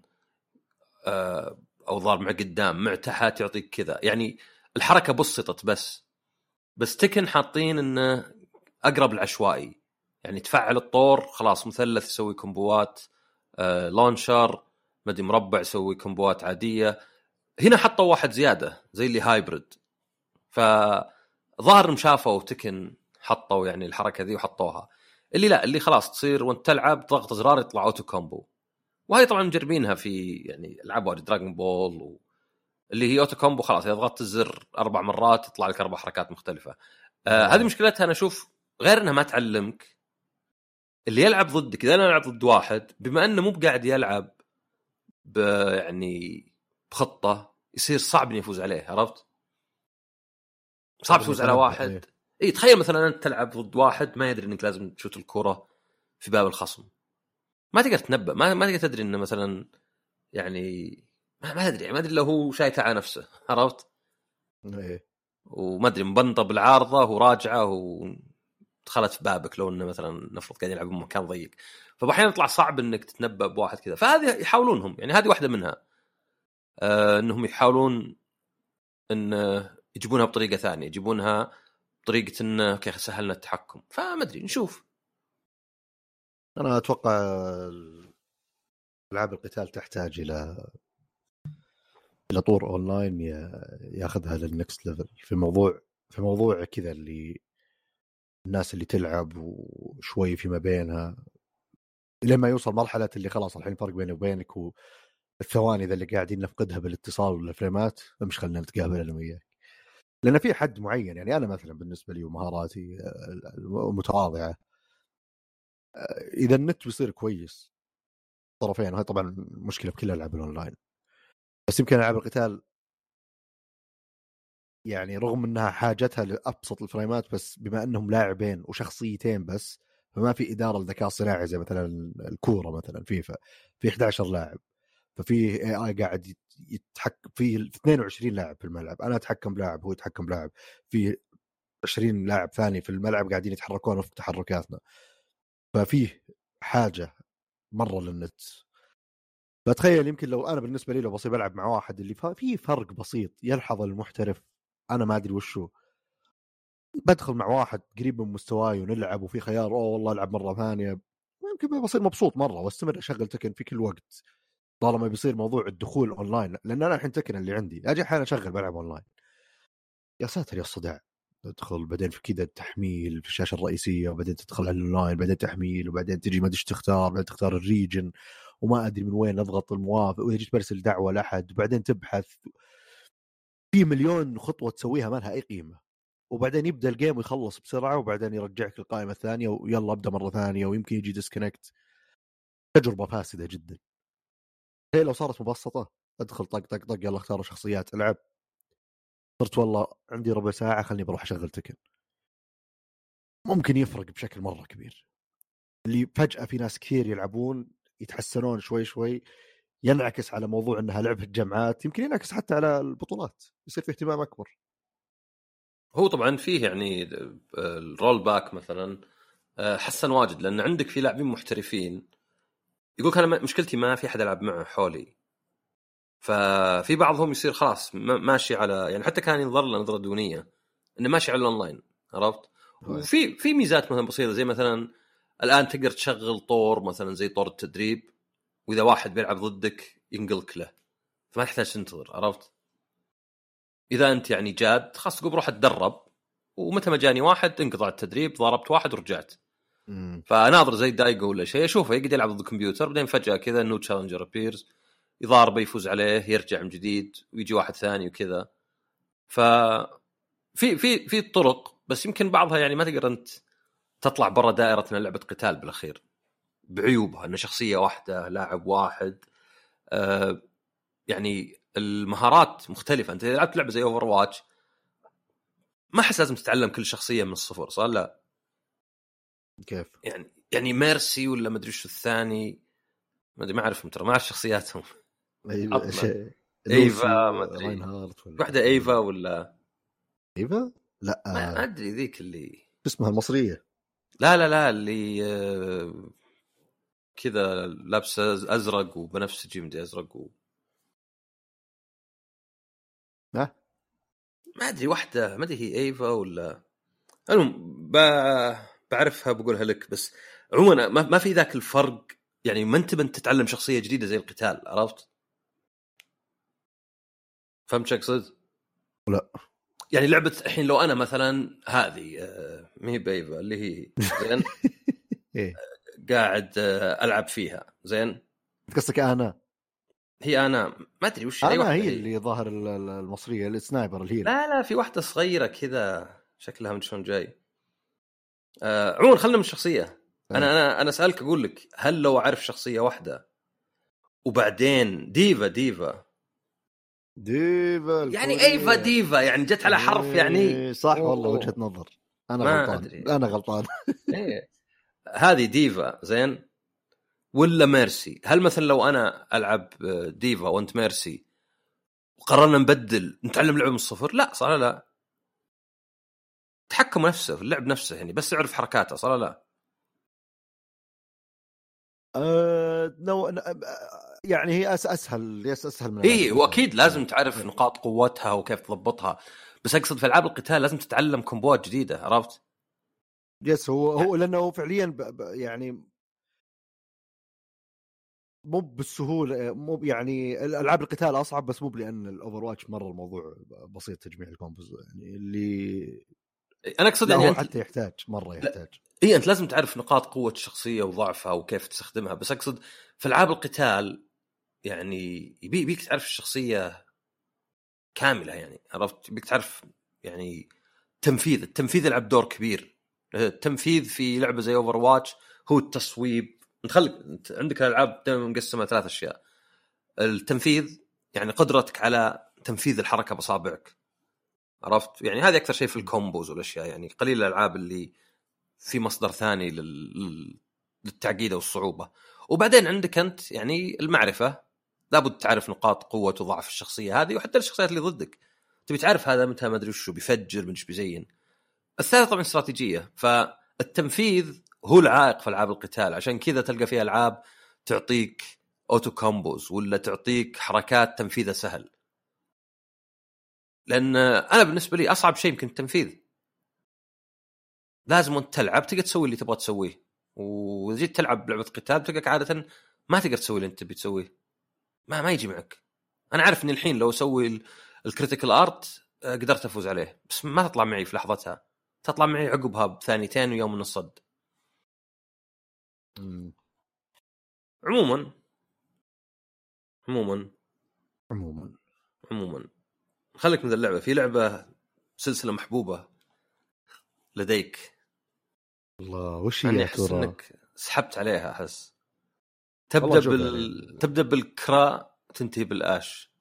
او ضارب مع قدام مع تحت يعطيك كذا، يعني الحركه بسطت بس. بس تكن حاطين انه اقرب العشوائي، يعني تفعل الطور خلاص مثلث يسوي كومبوات، آه لونشر مدي مربع يسوي كومبوات عاديه. هنا حطوا واحد زياده زي اللي هايبرد، فظهر مشافوا تكن حطوا يعني الحركه ذي وحطوها. اللي لا اللي خلاص تصير وانت تلعب ضغط زرار يطلع اوتو كومبو، وهي طبعا مجربينها في يعني العاب واجد دراغون بول و... اللي هي اوتو كومبو، خلاص اذا ضغطت الزر اربع مرات يطلع لك اربع حركات مختلفه. آه هذه مشكلتها انا اشوف، غير انها ما تعلمك اللي يلعب ضدك. اذا انا العب ضد واحد بما انه مو بقاعد يلعب ب يعني بخطه، يصير صعب اني افوز عليه. عرفت؟ صعب تفوز على واحد. اي إيه تخيل مثلا انت تلعب ضد واحد ما يدري انك لازم تشوت الكره في باب الخصم، ما تقدر تنبأ، ما ما تقدر تدري انه مثلا يعني ما, ما ادري ما ادري لو هو شايت على نفسه. عرفت؟ ايه وما ادري مبنطه بالعارضه وراجعه ودخلت في بابك، لو انه مثلا نفرض قاعد يلعب بمكان ضيق، فاحيانا يطلع صعب انك تتنبأ بواحد كذا. فهذه يحاولونهم، يعني هذه واحده منها، آه انهم يحاولون ان يجيبونها بطريقه ثانيه، يجيبونها بطريقه انه اوكي سهلنا التحكم. فما ادري نشوف. انا اتوقع العاب القتال تحتاج الى الى طور اونلاين ياخذها للنكست ليفل في موضوع في موضوع كذا، اللي الناس اللي تلعب وشوي فيما بينها لما يوصل مرحله اللي خلاص الحين الفرق بيني وبينك والثواني ذا اللي قاعدين نفقدها بالاتصال والفريمات، مش خلينا نتقابل انا وياك. لان في حد معين، يعني انا مثلا بالنسبه لي ومهاراتي المتواضعه، اذا النت بيصير كويس طرفين، وهي طبعا مشكله بكل العاب الاونلاين، بس يمكن العاب القتال يعني رغم انها حاجتها لابسط الفريمات، بس بما انهم لاعبين وشخصيتين بس، فما في اداره للذكاء الصناعي زي مثلا الكوره مثلا فيفا في احد عشر لاعب، ففي اي اي قاعد يتحكم في اثنين وعشرين لاعب في الملعب، انا اتحكم بلاعب هو يتحكم بلاعب، في عشرين لاعب ثاني في الملعب قاعدين يتحركون وفق تحركاتنا، ففيه حاجه مره للنت. فتخيل يمكن لو انا بالنسبه لي لو بصير بلعب مع واحد اللي في فرق بسيط يلحظ المحترف انا ما ادري وشو، بدخل مع واحد قريب من مستواي ونلعب وفي خيار اوه والله العب مره ثانيه، يمكن بصير مبسوط مره واستمر اشغل تكن في كل وقت طالما بيصير موضوع الدخول اونلاين. لان انا الحين تكن اللي عندي اجي احيانا اشغل بلعب اونلاين، يا ساتر يا الصداع، تدخل بعدين في كذا التحميل في الشاشه الرئيسيه، وبعدين تدخل على الاونلاين، بعدين تحميل، وبعدين تجي ما ادري ايش تختار، بعدين تختار الريجن وما ادري من وين اضغط الموافق، واذا جيت برسل دعوه لاحد وبعدين تبحث في مليون خطوه تسويها ما لها اي قيمه، وبعدين يبدا الجيم ويخلص بسرعه وبعدين يرجعك القائمه الثانيه ويلا ابدا مره ثانيه، ويمكن يجي ديسكونكت. تجربه فاسده جدا. هي لو صارت مبسطه ادخل طق طق طق يلا اختار شخصيات العب، صرت والله عندي ربع ساعه خلني بروح اشغل تكن، ممكن يفرق بشكل مره كبير. اللي فجاه في ناس كثير يلعبون يتحسنون شوي شوي، ينعكس على موضوع انها لعبه جمعات، يمكن ينعكس حتى على البطولات، يصير في اهتمام اكبر. هو طبعا فيه يعني الرول باك مثلا حسن واجد، لان عندك في لاعبين محترفين يقولك انا مشكلتي ما في احد العب معه حولي، ففي بعضهم يصير خلاص ماشي على يعني حتى كان ينظر له نظره دونيه انه ماشي على الاونلاين. عرفت؟ وفي في ميزات مثلا بسيطه زي مثلا الان تقدر تشغل طور مثلا زي طور التدريب، واذا واحد بيلعب ضدك ينقلك له، فما تحتاج تنتظر. عرفت؟ اذا انت يعني جاد خلاص تقول بروح اتدرب، ومتى ما جاني واحد انقطع التدريب، ضربت واحد ورجعت. مم. فناظر زي دايجو ولا شيء اشوفه يقعد يلعب ضد الكمبيوتر، بعدين فجاه كذا انه تشالنجر ابيرز يضاربه يفوز عليه يرجع من جديد ويجي واحد ثاني وكذا. ف في في في طرق، بس يمكن بعضها يعني ما تقدر انت تطلع برا دائره من لعبه قتال بالاخير بعيوبها، ان شخصيه واحده لاعب واحد. آه يعني المهارات مختلفه. انت اذا لعبت لعبه زي اوفر واتش ما احس لازم تتعلم كل شخصيه من الصفر، صار لا. كيف يعني يعني ميرسي ولا ما ادري شو الثاني، ما ادري ما اعرفهم ترى، ما اعرف شخصياتهم. ايوه شيء ايفا ما ادري راينهارت ولا واحده ايفا ولا ايفا لا ما ادري ذيك اللي اسمها المصريه. لا لا لا اللي آه كذا لابسه ازرق وبنفسجي مدي ازرق و... ها ما ادري واحده ما ادري هي ايفا ولا المهم ب... بعرفها بقولها لك. بس عموما ما... ما في ذاك الفرق يعني، ما انت بنت تتعلم شخصيه جديده زي القتال. عرفت؟ فهمت شو اقصد؟ لا يعني لعبه الحين لو انا مثلا هذه آه مي بايفا اللي هي زين ايه قاعد آه العب فيها زين. قصدك انا هي انا ما ادري وش اي انا واحده هي هي اللي ظاهر ال- ال- المصريه السنايبر الهيل. لا لا في واحده صغيره كذا شكلها من شلون جاي. آه عموما خلنا من الشخصيه. أه. انا انا انا اسالك اقول لك هل لو اعرف شخصيه واحده وبعدين ديفا ديفا ديفا يعني ايفا ديفا يعني جت على حرف يعني إيه صح أوه. والله وجهة نظر. انا ما غلطان أدري. انا غلطان ايه هذه ديفا زين ولا ميرسي؟ هل مثلا لو انا العب ديفا وانت ميرسي وقررنا نبدل نتعلم لعبه من الصفر؟ لا صار لا، تحكم نفسه في اللعب نفسه يعني، بس يعرف حركاته صار لا. أه نو... يعني هي أس اسهل يس اسهل من اي واكيد لازم تعرف نقاط قوتها وكيف تضبطها، بس اقصد في العاب القتال لازم تتعلم كومبوات جديده. عرفت؟ يس هو هو لانه فعليا ب... ب... يعني مو بالسهوله، مو يعني الالعاب القتال اصعب، بس مو لان الاوفر واتش مره الموضوع بسيط تجميع الكومبوز يعني اللي انا اقصد يعني يعني هو انت حتى يحتاج مره يحتاج اي انت لازم تعرف نقاط قوه الشخصيه وضعفها وكيف تستخدمها، بس اقصد في العاب القتال يعني يبي يبيك تعرف الشخصيه كامله يعني. عرفت؟ يبيك تعرف يعني تنفيذ التنفيذ يلعب دور كبير. التنفيذ في لعبه زي اوفر واتش هو التصويب. انت خليك انت عندك الالعاب دائما مقسمه ثلاث اشياء: التنفيذ يعني قدرتك على تنفيذ الحركه باصابعك. عرفت؟ يعني هذه اكثر شيء في الكومبوز والاشياء، يعني قليل الالعاب اللي في مصدر ثاني لل... للتعقيد والصعوبه. وبعدين عندك انت يعني المعرفه، لابد تعرف نقاط قوه وضعف الشخصيه هذه وحتى الشخصيات اللي ضدك، تبي تعرف هذا متى ما ادري وشو بيفجر من ايش بيزين. الثالث طبعا استراتيجيه. فالتنفيذ هو العائق في العاب القتال، عشان كذا تلقى فيها العاب تعطيك اوتو كومبوز ولا تعطيك حركات تنفيذها سهل. لان انا بالنسبه لي اصعب شيء يمكن التنفيذ. لازم وانت تلعب تقدر تسوي اللي تبغى تسويه، واذا جيت تلعب لعبه قتال تلقاك عاده ما تقدر تسوي اللي انت تبي تسويه، ما ما يجي معك. انا عارف ان الحين لو اسوي الكريتيكال ارت قدرت افوز عليه، بس ما تطلع معي في لحظتها، تطلع معي عقبها بثانيتين ويوم من الصد. عموما عموما عموما عموما خليك من اللعبه. في لعبه سلسله محبوبه لديك الله وش هي يعني يا احس ترى؟ انك سحبت عليها. احس تبدا بال يعني. تبدا بالكرا تنتهي بالاش.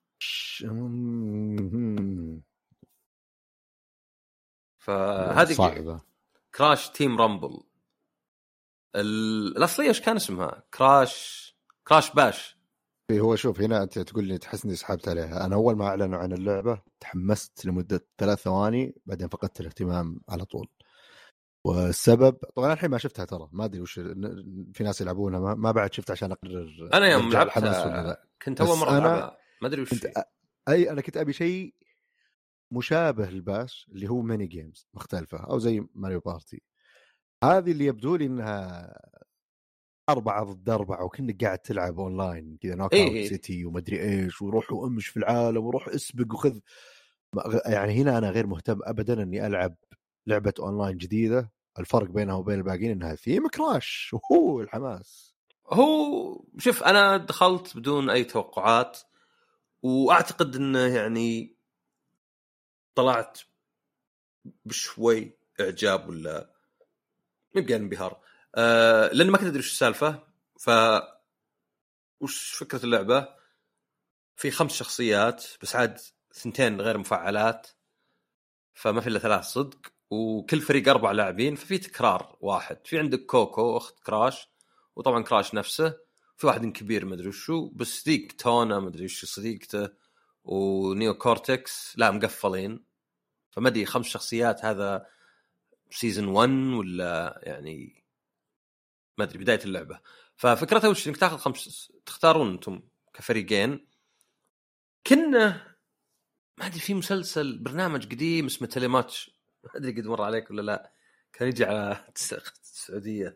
فهذه صعبه. كراش تيم رامبل. الاصليه ايش كان اسمها؟ كراش كراش باش. هو شوف هنا انت تقول لي تحس اني سحبت عليها. انا اول ما اعلنوا عن اللعبه تحمست لمده ثلاث ثواني، بعدين فقدت الاهتمام على طول. والسبب طبعا الحين ما شفتها ترى، ما ادري وش في ناس يلعبونها، ما, ما بعد شفت عشان اقرر. انا يوم لعبتها كنت اول مره العبها ما ادري وش أ... اي انا كنت ابي شيء مشابه للباش اللي هو ميني جيمز مختلفه او زي ماريو بارتي. هذه اللي يبدو لي انها أربعة ضد أربعة وكنك قاعد تلعب أونلاين كذا نوك إيه أوت إيه. سيتي ومدري إيش وروح وأمش في العالم وروح اسبق وخذ. يعني هنا أنا غير مهتم أبدا أني ألعب لعبة أونلاين جديدة الفرق بينها وبين الباقيين أنها ثيم كراش وهو الحماس. هو شوف أنا دخلت بدون أي توقعات وأعتقد أنه يعني طلعت بشوي إعجاب ولا يبقى انبهار أه لأن ما كنت أدري وش السالفة. ف وش فكرة اللعبة؟ في خمس شخصيات بس عاد ثنتين غير مفعلات فما في إلا ثلاث صدق وكل فريق أربع لاعبين ففي تكرار واحد. في عندك كوكو أخت كراش وطبعا كراش نفسه في واحد كبير ما أدري وشو بس ذيك تونا ما أدري وش صديقته ونيو كورتكس لا مقفلين فما أدري خمس شخصيات هذا سيزن واحد ولا يعني ما أدري بداية اللعبة. ففكرتها وش إنك تأخذ خمس تختارون أنتم كفريقين كنا ما أدري في مسلسل برنامج قديم اسمه تيليماتش ما أدري قد مر عليك ولا لا كان يجي على السعودية.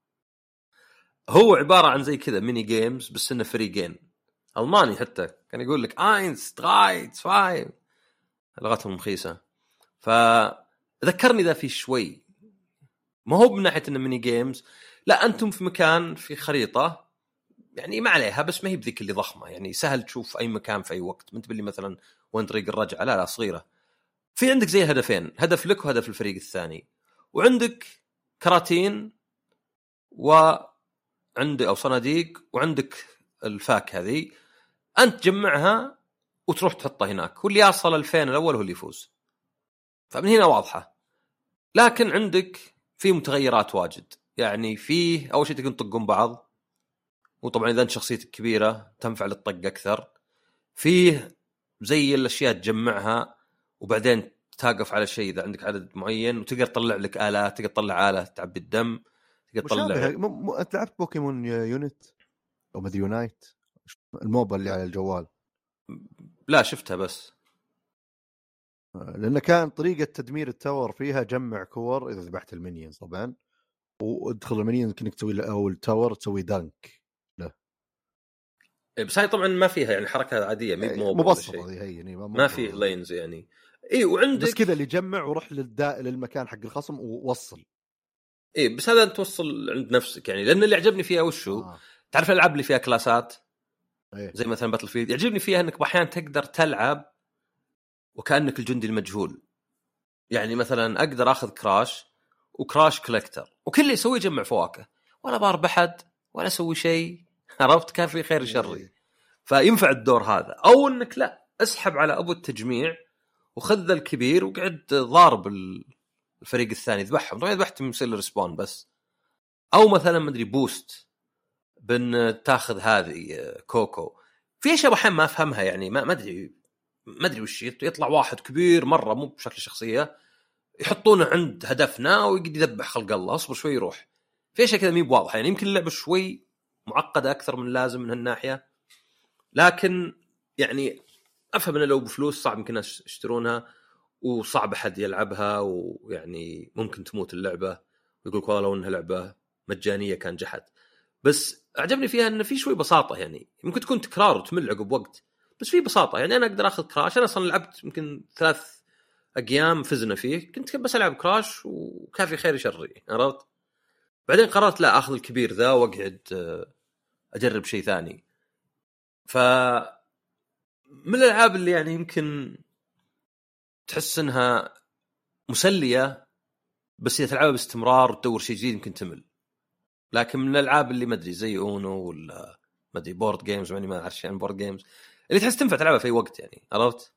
هو عبارة عن زي كذا ميني جيمز بس إنه فريقين ألماني حتى كان يقول لك اينس دراي زواي لغتهم رخيصة. فذكرني ذا في شوي ما هو من ناحية إنه ميني جيمز لا أنتم في مكان في خريطة يعني ما عليها بس ما هي بذيك اللي ضخمة يعني سهل تشوف أي مكان في أي وقت. ما أنت باللي مثلا وين طريق الرجعة لا لا صغيرة. في عندك زي هدفين هدف لك وهدف الفريق الثاني وعندك كراتين وعندك أو صناديق وعندك الفاك هذه أنت تجمعها وتروح تحطها هناك واللي يصل الفين الأول هو اللي يفوز. فمن هنا واضحة. لكن عندك في متغيرات واجد يعني فيه أول شيء تكون تطقون بعض وطبعا إذا أنت شخصيتك كبيرة تنفع للطق أكثر. فيه زي الأشياء تجمعها وبعدين تقف على شيء إذا عندك عدد معين وتقدر تطلع لك آلات تقدر تطلع آلة تعبي الدم تقدر تطلع. م... م... أنت لعبت بوكيمون يونت أو مدري يونايت الموبا اللي على الجوال؟ لا شفتها بس لأن كان طريقة تدمير التاور فيها جمع كور إذا ذبحت المينيونز طبعا وادخل المينيونز كأنك تسوي أو التاور تسوي دانك له. بس هاي طبعا ما فيها يعني حركة عادية مي بموبا مبسطة هي يعني ما, ما في لينز يعني اي وعندك بس كذا اللي يجمع وروح للدا للمكان حق الخصم ووصل. اي بس هذا توصل عند نفسك يعني لأن اللي عجبني فيها وشو آه. تعرف الألعاب اللي فيها كلاسات إيه؟ زي مثلا باتل فيلد يعجبني فيها انك بأحيان تقدر تلعب وكأنك الجندي المجهول. يعني مثلا أقدر أخذ كراش وكراش كولكتر وكل اللي يسوي يجمع فواكه ولا بارب أحد ولا أسوي شيء عرفت كان في خير شري. فينفع الدور هذا أو أنك لا أسحب على أبو التجميع وخذ الكبير وقعد ضارب الفريق الثاني ذبحهم طبعا ذبحتهم يصير الرسبون بس. أو مثلا مدري بوست بن تاخذ هذه كوكو في أشياء بحين ما أفهمها يعني ما ما أدري ما أدري وش يطلع واحد كبير مرة مو بشكل شخصية يحطونه عند هدفنا ويقدر يذبح خلق الله أصبر شوي يروح في أشياء كذا مي بواضحة يعني يمكن اللعبة شوي معقدة أكثر من لازم من هالناحية. لكن يعني أفهم أنه لو بفلوس صعب يمكن الناس يشترونها وصعب أحد يلعبها ويعني ممكن تموت اللعبة ويقولك والله لو أنها لعبة مجانية كان جحد. بس أعجبني فيها أنه في شوي بساطة يعني ممكن تكون تكرار وتمل عقب وقت بس في بساطة يعني أنا أقدر أخذ كراش أنا أصلا لعبت يمكن ثلاث أيام فزنا فيه كنت بس ألعب كراش وكافي خير شري عرفت. بعدين قررت لا أخذ الكبير ذا وأقعد أجرب شيء ثاني. ف من الألعاب اللي يعني يمكن تحس إنها مسلية بس إذا تلعبها باستمرار وتدور شيء جديد يمكن تمل. لكن من الألعاب اللي ما أدري زي أونو ولا ما أدري بورد جيمز ماني ما أعرف شيء عن بورد جيمز اللي تحس تنفع تلعبها في أي وقت يعني عرفت.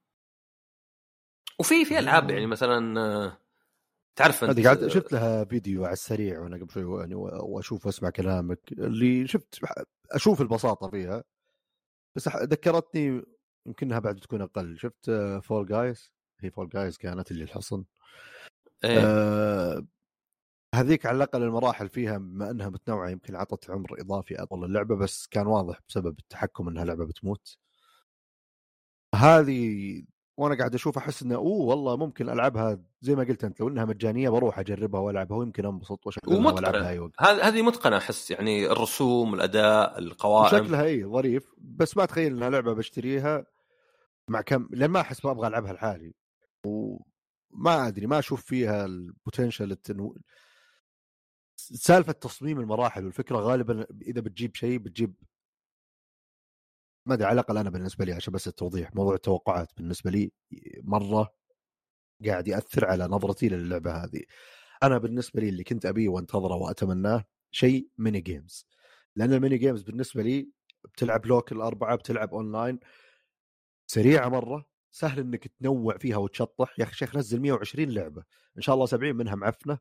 وفي في ألعاب يعني مثلا تعرف أنت قاعد شفت لها فيديو على السريع وأنا قبل شوي يعني وأشوف وأسمع كلامك اللي شفت أشوف البساطة فيها بس ذكرتني يمكنها بعد تكون أقل. شفت فول جايز هي فول جايز كانت اللي الحصن إيه. آه هذيك على الأقل المراحل فيها بما أنها متنوعة يمكن عطت عمر إضافي أطول اللعبة بس كان واضح بسبب التحكم أنها لعبة بتموت. هذه وانا قاعد اشوف احس انه اوه والله ممكن العبها زي ما قلت انت، لو انها مجانيه بروح اجربها والعبها ويمكن انبسط واشغلها والعبها اي وقت. هذه هذه متقنه احس، يعني الرسوم، الاداء، القوائم، وشكلها اي ظريف، بس ما اتخيل انها لعبه بشتريها مع كم، لان ما احس ما ابغى العبها لحالي، وما ادري ما اشوف فيها البوتنشل التنو... سالفه تصميم المراحل والفكره غالبا اذا بتجيب شيء بتجيب ما ادري، على الاقل انا بالنسبه لي عشان بس التوضيح، موضوع التوقعات بالنسبه لي مره قاعد ياثر على نظرتي للعبه هذه. انا بالنسبه لي اللي كنت ابيه وانتظره واتمناه شيء ميني جيمز، لان الميني جيمز بالنسبه لي بتلعب لوكل أربعة، بتلعب اونلاين، سريعه مره، سهل انك تنوع فيها وتشطح. يا اخي شيخ نزل مية وعشرين لعبه ان شاء الله سبعين منها معفنه،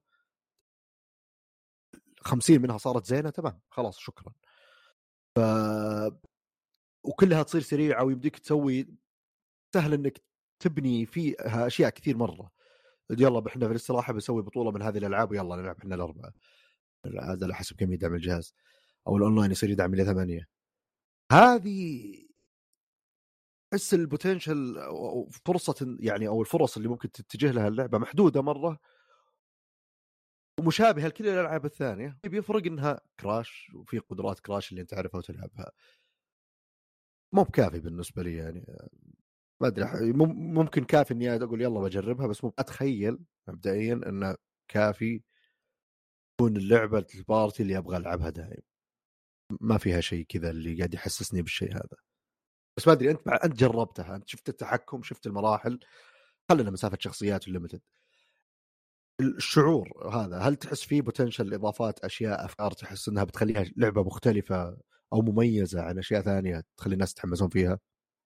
خمسين منها صارت زينه تمام خلاص شكرا. ف وكلها تصير سريعه ويبديك تسوي، سهل انك تبني فيها اشياء كثير مره. يلا احنا في الاستراحه بنسوي بطوله من هذه الالعاب ويلا نلعب احنا الاربعه، هذا على حسب كم يدعم الجهاز، او الاونلاين يصير يدعم الى ثمانية. هذه بس البوتنشل أو فرصه يعني، او الفرص اللي ممكن تتجه لها اللعبه محدوده مره ومشابهه لكل الالعاب الثانيه. بيفرق انها كراش وفي قدرات كراش اللي انت تعرفها وتلعبها، مو بكافي بالنسبه لي يعني. ما ادري ممكن كافي اني اقول يلا بجربها، بس مو اتخيل مبدئيا انه كافي تكون اللعبه البارتي اللي ابغى العبها دائم. ما فيها شيء كذا اللي قاعد يحسسني بالشيء هذا. بس ما ادري انت انت جربتها، انت شفت التحكم، شفت المراحل، خلينا مسافه شخصيات والليمتد، الشعور هذا هل تحس فيه بوتنشل اضافات اشياء افكار تحس انها بتخليها لعبه مختلفه او مميزه عن اشياء ثانيه تخلي الناس يتحمسون فيها؟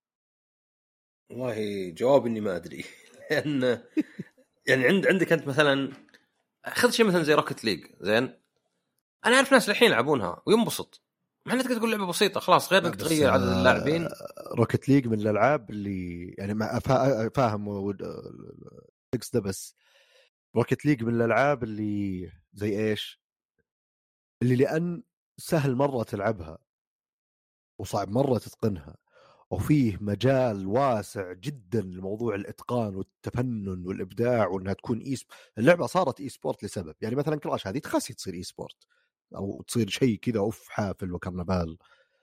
والله جواب اني ما ادري لان يعني عند عندك انت مثلا اخذ شيء مثلا زي روكت ليج، زين انا اعرف ناس الحين يلعبونها وينبسط، مع انك تقول لعبه بسيطه خلاص، غير انك تغير عدد اللاعبين. روكت ليج من الالعاب اللي يعني ما فاهم تكس ده، بس روكت ليج من الالعاب اللي زي ايش، اللي لان سهل مره تلعبها وصعب مره تتقنها، وفيه مجال واسع جدا لموضوع الاتقان والتفنن والابداع، وانها تكون اي اللعبه صارت اي سبورت لسبب. يعني مثلا كراش هذه تخسي تصير اي سبورت او تصير شيء كذا اوف حافل وكرنفال.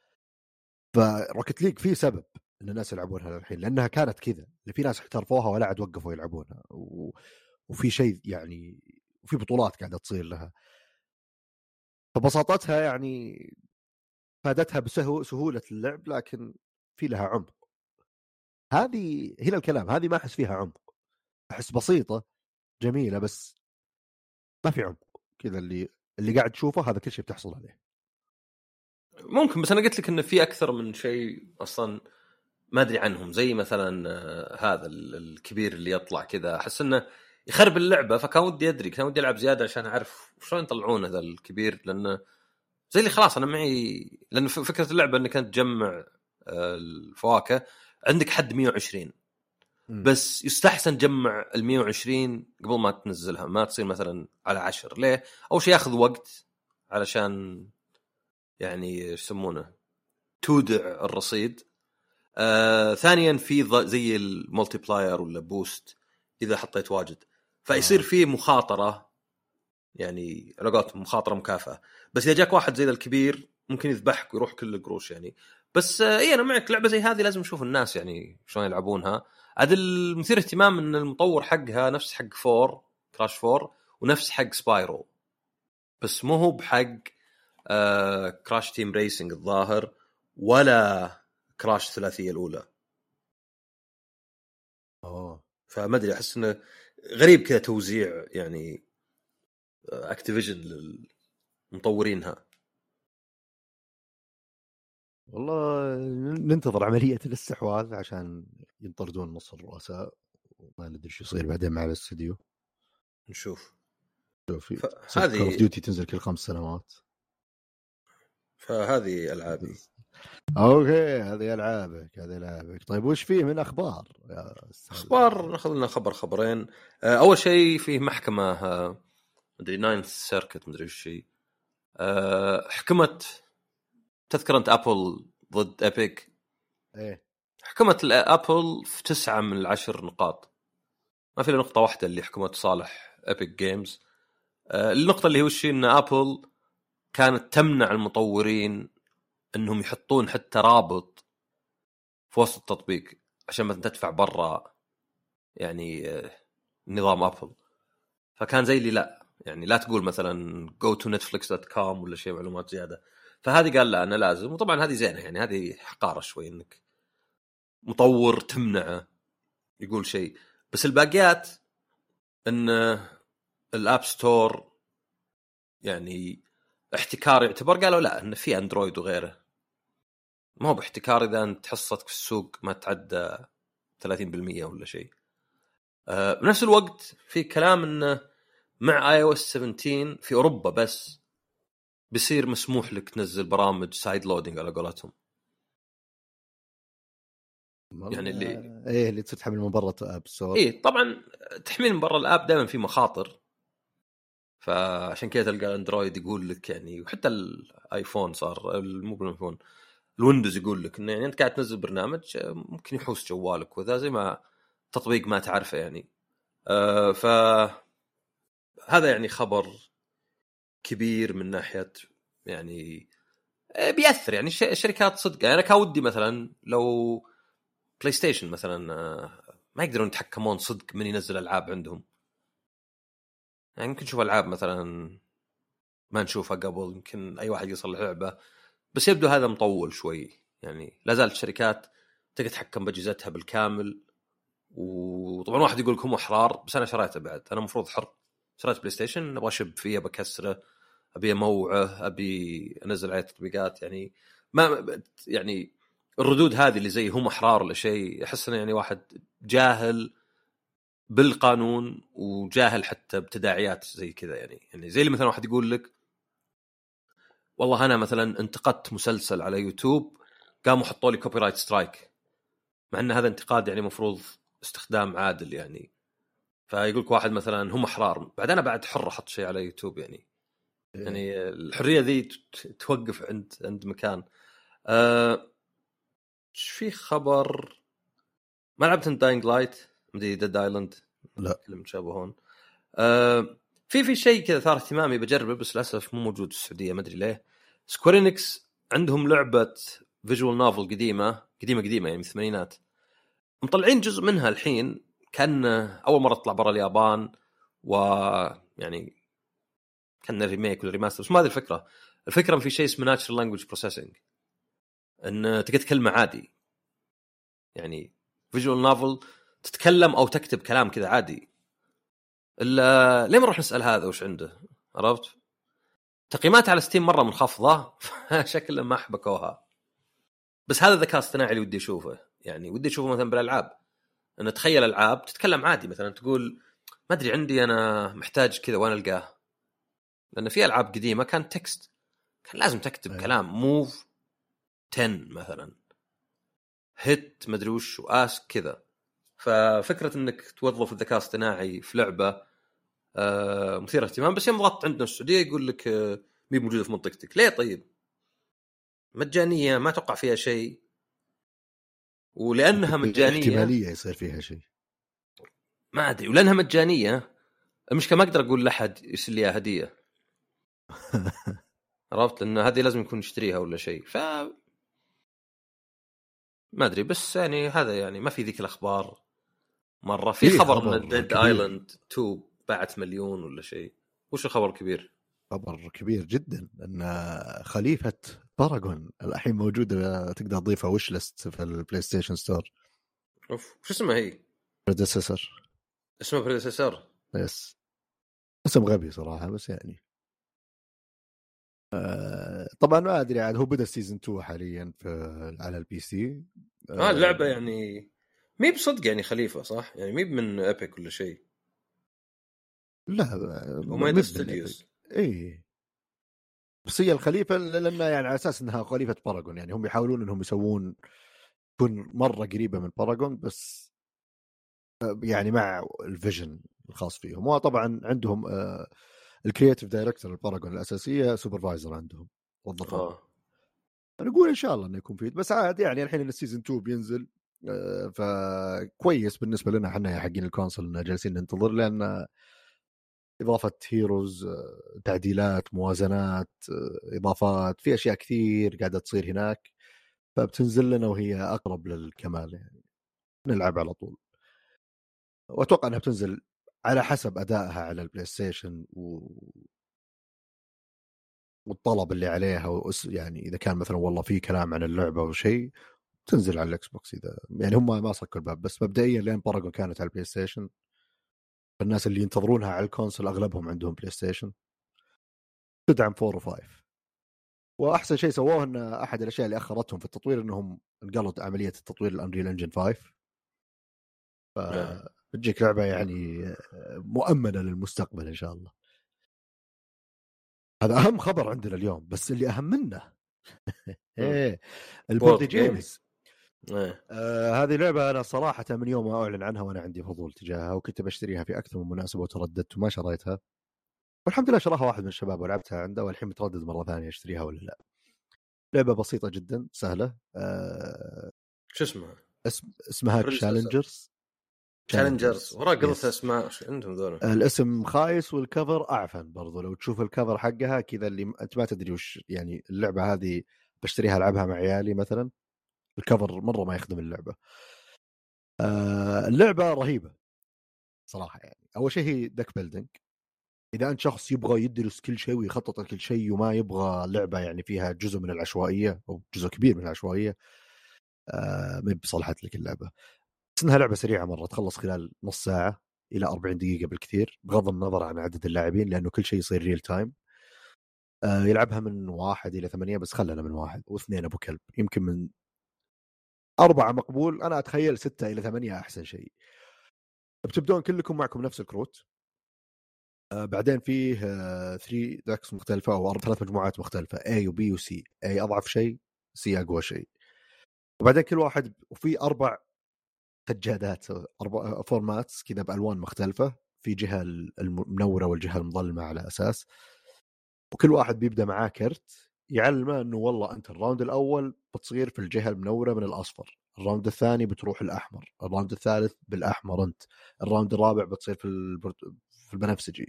فروكت ليج فيه سبب ان الناس يلعبونها الحين، لانها كانت كذا اللي في ناس احترفوها ولا عاد وقفوا يلعبونها، و... وفي شيء يعني، وفي بطولات قاعده تصير لها. فبساطتها يعني فادتها بسهوله اللعب، لكن في لها عمق. هذه هنا الكلام، هذه ما احس فيها عمق، احس بسيطه جميله بس ما في عمق كذا. اللي اللي قاعد تشوفه هذا كل شيء بتحصل عليه ممكن، بس انا قلت لك انه في اكثر من شيء اصلا ما ادري عنهم، زي مثلا هذا الكبير اللي يطلع كذا، احس انه يخرب اللعبه، فكان ودي ادري، كان ودي العب زياده عشان اعرف شلون يطلعون هذا الكبير، لانه زي اللي خلاص انا معي، لان فكره اللعبه انك انت تجمع الفواكه عندك حد مية وعشرين، بس يستحسن تجمع ال مية وعشرين قبل ما تنزلها، ما تصير مثلا على عشر. ليه؟ اول شيء ياخذ وقت علشان يعني يسمونه تودع الرصيد. آه، ثانيا في زي المولتي بلاير ولا بوست اذا حطيت واجد، فيصير فيه مخاطره، يعني علاقات مخاطره مكافاه. بس اذا جاك واحد زي الكبير ممكن يذبحك ويروح كل القروش يعني. بس آه اي انا معك، لعبه زي هذه لازم نشوف الناس يعني شلون يلعبونها. عاد المثير اهتمام ان المطور حقها نفس حق فور كراش فور ونفس حق سبايرو، بس مو هو بحق آه كراش تيم ريسنج الظاهر، ولا كراش الثلاثيه الاولى. اه فما ادري، احس انه غريب كذا توزيع يعني اكتيفيجن للمطورينها. والله ننتظر عمليه الاستحواذ عشان ينطردون نص الرؤساء، وما ندري شو يصير بعدين مع الاستديو. نشوف. شوفي هذه كول اوف ديوتي تنزل كل خمس سنوات. فهذه العابي. اوكي هذه العابك هذه العابك. طيب وش فيه من اخبار؟ اخبار ناخذ لنا خبر خبرين. اول شيء فيه محكمه مدري ناينث سيركت مدري ايش شيء، حكمت تذكر انت ابل ضد ايبك. ايه حكمت ابل في تسعة من العشر نقاط، ما في نقطه واحده اللي حكمت صالح ايبك جيمز. آه النقطه اللي هو الشيء ان ابل كانت تمنع المطورين انهم يحطون حتى رابط في وسط التطبيق عشان ما تدفع برا يعني آه نظام ابل. فكان زي اللي لا يعني لا تقول مثلا go to netflix dot com ولا شيء معلومات زياده. فهذه قال لا انا لازم، وطبعا هذه زينه يعني هذه حقاره شوي انك مطور تمنعه يقول شيء. بس الباقيات ان الاب ستور يعني احتكار يعتبر، قالوا لا ان في اندرويد وغيره، ما هو باحتكار اذا انت حصتك في السوق ما تعدى ثلاثين بالمية ولا شيء. أه بنفس الوقت في كلام انه مع اي او اس سبعتاشر في اوروبا بس بيصير مسموح لك تنزل برامج سايد لودينج على قولتهم، يعني اللي ايه اللي تتحمل من برا اب ستور. ايه طبعا تحميل من برا الاب دائما في مخاطر، فعشان كذا تلقى اندرويد يقول لك يعني، وحتى الايفون صار مو بالايفون الويندوز يقول لك انه يعني انت قاعد تنزل برنامج ممكن يحوس جوالك وذا زي ما تطبيق ما تعرفه يعني. آه ف هذا يعني خبر كبير من ناحيه يعني بيأثر يعني الشركات صدق. يعني انا كودي مثلا لو بلاي ستيشن مثلا ما يقدرون يتحكمون صدق من ينزل العاب عندهم، يعني يمكن نشوف العاب مثلا ما نشوفها قبل، يمكن اي واحد يصلح لعبه، بس يبدو هذا مطول شوي يعني. لا زالت الشركات تقدر تتحكم بأجهزتها بالكامل، وطبعا واحد يقول لكم احرار، بس انا شريته بعد، انا مفروض حر، شريت بلاي ستيشن ابغى اشب فيه بكسره ابي اموعه ابي انزل عليه تطبيقات، يعني ما يعني الردود هذه اللي زي هم احرار ولا شيء، احس انه يعني واحد جاهل بالقانون وجاهل حتى بتداعيات زي كذا يعني. يعني زي اللي مثلا واحد يقول لك والله انا مثلا انتقدت مسلسل على يوتيوب قاموا حطوا لي كوبي رايت سترايك، مع ان هذا انتقاد يعني مفروض استخدام عادل يعني. فيقول لك واحد مثلا هم احرار، بعد انا بعد حر احط شيء على يوتيوب يعني. يعني الحريه ذي توقف عند عند مكان. أه ايش في خبر؟ ما لعبت انت داينج لايت مدري ديد ايلاند؟ لا كلهم مشابهون. أه في في شيء كذا ثار اهتمامي بجربه، بس للاسف مو موجود في السعوديه ما ادري ليه. سكويرينكس عندهم لعبه فيجوال نوفل قديمه قديمه قديمه يعني من الثمانينات، مطلعين جزء منها الحين، كان اول مره تطلع برا اليابان، ويعني كان ريميك ولا ريماستر، بس ما هذه الفكره. الفكره في شيء اسمه ناتشرال لانجويج بروسيسنج، ان تقدر تكلم عادي يعني فيجوال نوفل تتكلم او تكتب كلام كذا عادي. الا ليه ما نروح نسال هذا وش عنده؟ عرفت تقييمات على ستيم مره منخفضه شكله ما حبكوها. بس هذا الذكاء الاصطناعي اللي ودي اشوفه، يعني ودي اشوفه مثلا بالالعاب، ان تخيل العاب تتكلم عادي، مثلا تقول ما ادري عندي انا محتاج كذا وانا القاه، لان في العاب قديمه كان تكست، كان لازم تكتب أيه. كلام موف عشرة مثلا هيت مدري وش واسك كذا. ففكره انك توظف الذكاء الاصطناعي في لعبه آه مثيره اهتمام، بس يوم ضغطت عندنا السعوديه يقول لك آه مي موجوده في منطقتك. ليه طيب؟ مجانيه ما توقع فيها شيء، ولانها مجانيه احتماليه يصير فيها شيء ما ادري، ولانها مجانيه المشكله ما اقدر اقول لاحد يرسل لي هديه عرفت، لان هذه لازم يكون يشتريها ولا شيء. ف ما ادري، بس يعني هذا يعني ما في ذيك الاخبار مره. في خبر ان ديد ايلاند تو باعت مليون ولا شيء. وش الخبر الكبير؟ خبر كبير جدا ان خليفه باراغون الحين موجوده، تقدر تضيفها وش ليست في البلاي ستيشن ستور. اوف شو اسمها هي؟ بريديسيسور. اسمها بريديسيسور؟ يس اسم غبي صراحه، بس يعني آه طبعا ما ادري عاد هو بدا سيزن تو حاليا في على البي سي. اه اللعبه يعني مي بصدق يعني خليفه صح، يعني مي من ايبك ولا شيء؟ لا وما استوديوز اي، بس هي الخليفه لان يعني على اساس انها خليفه باراغون، يعني هم يحاولون انهم يسوون تكون مره قريبه من باراغون، بس يعني مع الفيجن الخاص فيهم. وطبعا عندهم آه الكرياتيف دايركتور الباراغون الاساسيه سوبرفايزر عندهم وظفوه. اه نقول ان شاء الله انه يكون فيه، بس عاد يعني الحين السيزون تو بينزل فكويس بالنسبه لنا احنا حقين الكونسول ان جالسين ننتظر، لان اضافه هيروز، تعديلات، موازنات، اضافات، في اشياء كثير قاعده تصير هناك، فبتنزل لنا وهي اقرب للكمال يعني نلعب على طول. واتوقع انها بتنزل على حسب ادائها على البلاي ستيشن و... والطلب اللي عليها وأس... يعني اذا كان مثلا والله في كلام عن اللعبه او شيء تنزل على الاكس بوكس. اذا يعني هم ما صكوا الباب، بس مبدئيا لين باراجون كانت على البلاي ستيشن، الناس اللي ينتظرونها على الكونسول اغلبهم عندهم بلاي ستيشن تدعم فور وفايف. واحسن شيء سووه ان احد الاشياء اللي اخرتهم في التطوير انهم انقلوا عمليه التطوير الانريل انجن خمسة، فبتجيك لعبه يعني مؤمنه للمستقبل ان شاء الله. هذا اهم خبر عندنا اليوم، بس اللي اهم منه ايه البورد جيمز. آه هذه لعبه انا صراحه من يوم ما اعلن عنها وانا عندي فضول تجاهها، وكنت بشتريها في اكثر من مناسبه وترددت وما شريتها، والحمد لله شراها واحد من الشباب ولعبتها عنده، والحين متردد مره ثانيه اشتريها ولا لا. لعبه بسيطه جدا سهله. آه شو اسمها؟ اسم اسمها تشالنجرز. تشالنجرز ورا قلت اسماء عندهم ذولا. الاسم خايس والكفر اعفن برضو، لو تشوف الكفر حقها كذا اللي انت ما تدري وش يعني اللعبه هذه. بشتريها العبها مع عيالي مثلا، الكفر مره ما يخدم اللعبه. آه اللعبه رهيبه صراحه. يعني اول شيء هي دك بيلدينج، اذا انت شخص يبغى يدرس كل شيء ويخطط كل شيء وما يبغى لعبه يعني فيها جزء من العشوائيه او جزء كبير من العشوائيه، آه ما بصلحت لك اللعبه. بس انها لعبه سريعه مره، تخلص خلال نص ساعه الى أربعين دقيقه بالكثير، بغض النظر عن عدد اللاعبين لانه كل شيء يصير ريل تايم. آه يلعبها من واحد الى ثمانية، بس خلنا من واحد واثنين ابو كلب، يمكن من أربعة مقبول. أنا أتخيل ستة إلى ثمانية أحسن شيء. بتبدون كلكم معكم نفس الكروت. آه بعدين فيه آه ثري داكس مختلفة أو أربع ثلاث مجموعات مختلفة، A و B و C. A أضعف شيء، C أقوى شيء. وبعدين كل واحد وفي أربع سجادات، أربع فورماتس كذا بألوان مختلفة، في جهة المنورة والجهة المظلمة على أساس. وكل واحد بيبدأ معاه كرت يعلمه أنه والله أنت الراوند الأول بتصير في الجهة المنورة من الأصفر، الراوند الثاني بتروح الأحمر، الراوند الثالث بالأحمر أنت، الراوند الرابع بتصير في البرت... في البنفسجي.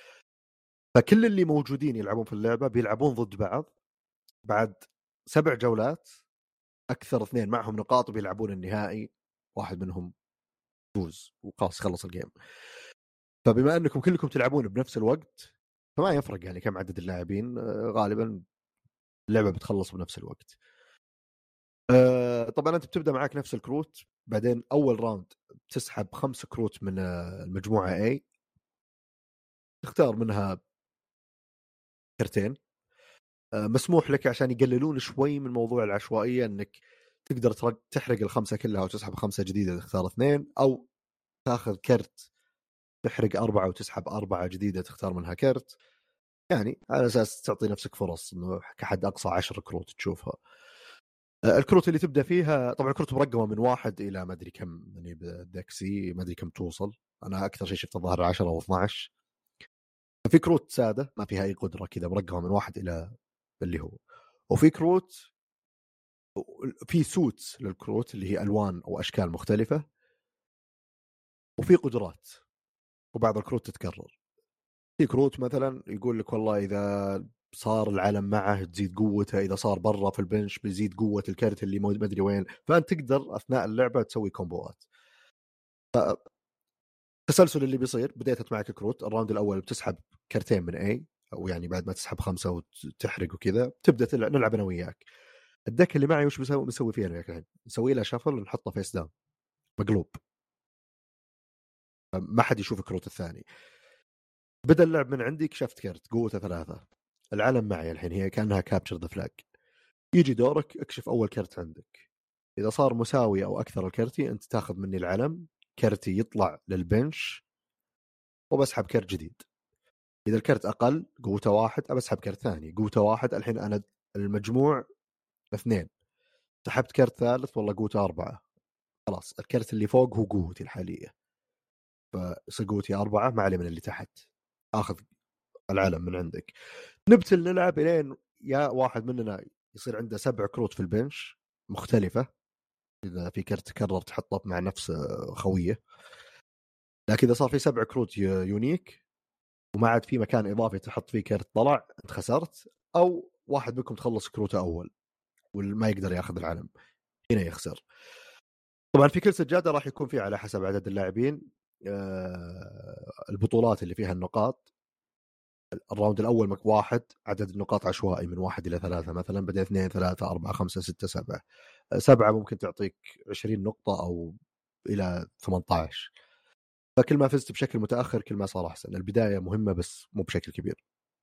فكل اللي موجودين يلعبون في اللعبة بيلعبون ضد بعض. بعد سبع جولات أكثر اثنين معهم نقاط بيلعبون النهائي، واحد منهم فوز وخلاص خلص الجيم. فبما أنكم كلكم تلعبون بنفس الوقت فما يفرق يعني كم عدد اللاعبين، غالبا اللعبة بتخلص بنفس الوقت. أه طبعا انت بتبدا معك نفس الكروت. بعدين اول راوند تسحب خمس كروت من المجموعه A، تختار منها كرتين. أه مسموح لك عشان يقللون شوي من موضوع العشوائيه انك تقدر تحرق الخمسه كلها وتسحب خمسه جديده تختار اثنين، او تاخذ كرت تحرق اربعه وتسحب اربعه جديده تختار منها كرت، يعني على اساس تعطي نفسك فرص انه كحد اقصى عشر كروت تشوفها. الكروت اللي تبدا فيها طبعا الكروت مرقمه من واحد الى ما ادري كم، يعني بدكسي ما ادري كم توصل. انا اكثر شيء شفت الظاهر عشرة او اثنا عشر. في كروت ساده ما فيها اي قدره كذا مرقمه من واحد الى اللي هو، وفي كروت في سوتس للكروت اللي هي الوان او اشكال مختلفه، وفي قدرات، وبعض الكروت تتكرر. في كروت مثلا يقول لك والله اذا صار العلم معه تزيد قوته، اذا صار برا في البنش بيزيد قوه الكرت اللي ما ادري وين، فانت تقدر اثناء اللعبه تسوي كومبوات. التسلسل اللي بيصير بديت معك كروت، الراوند الاول بتسحب كرتين من A، او يعني بعد ما تسحب خمسه وتحرق وكذا تبدا نلعب انا وياك. الدك اللي معي وش بسوي بسوي فيه انا الحين؟ نسوي له شفل ونحطه فيس داون مقلوب، ما حد يشوف الكروت الثاني. بدا اللعب من عندي، كشفت كرت قوته ثلاثه، العلم معي الحين هي كانها كابتشر ذا فلاج. يجي دورك اكشف اول كرت عندك، اذا صار مساوي او اكثر الكرتي انت تاخذ مني العلم، كرتي يطلع للبنش وبسحب كرت جديد. اذا الكرت اقل قوته واحد ابسحب كرت ثاني قوته واحد. الحين انا المجموع اثنين، سحبت كرت ثالث والله قوته أربعة، خلاص الكرت اللي فوق هو قوتي الحالية، فيصير قوتي أربعة ما علي من اللي تحت، اخذ العلم من عندك. نبتل نلعب الين يا واحد مننا يصير عنده سبع كروت في البنش مختلفة، اذا في كرت تكرر تحطه مع نفس خويه. لكن اذا صار في سبع كروت يونيك وما عاد في مكان اضافي تحط فيه كرت طلع، انت خسرت، او واحد منكم تخلص كروته اول وما يقدر ياخذ العلم، هنا يخسر. طبعا في كل سجاده راح يكون في على حسب عدد اللاعبين البطولات اللي فيها النقاط. الراوند الاول واحد، عدد النقاط عشوائي من واحد الى ثلاثه مثلا، بعدين اثنين ثلاثه اربعه خمسه سته سبعه. سبعه ممكن تعطيك عشرين نقطه او الى ثمانية عشر. فكل ما فزت بشكل متاخر كل ما صار احسن. البدايه مهمه بس مو بشكل كبير.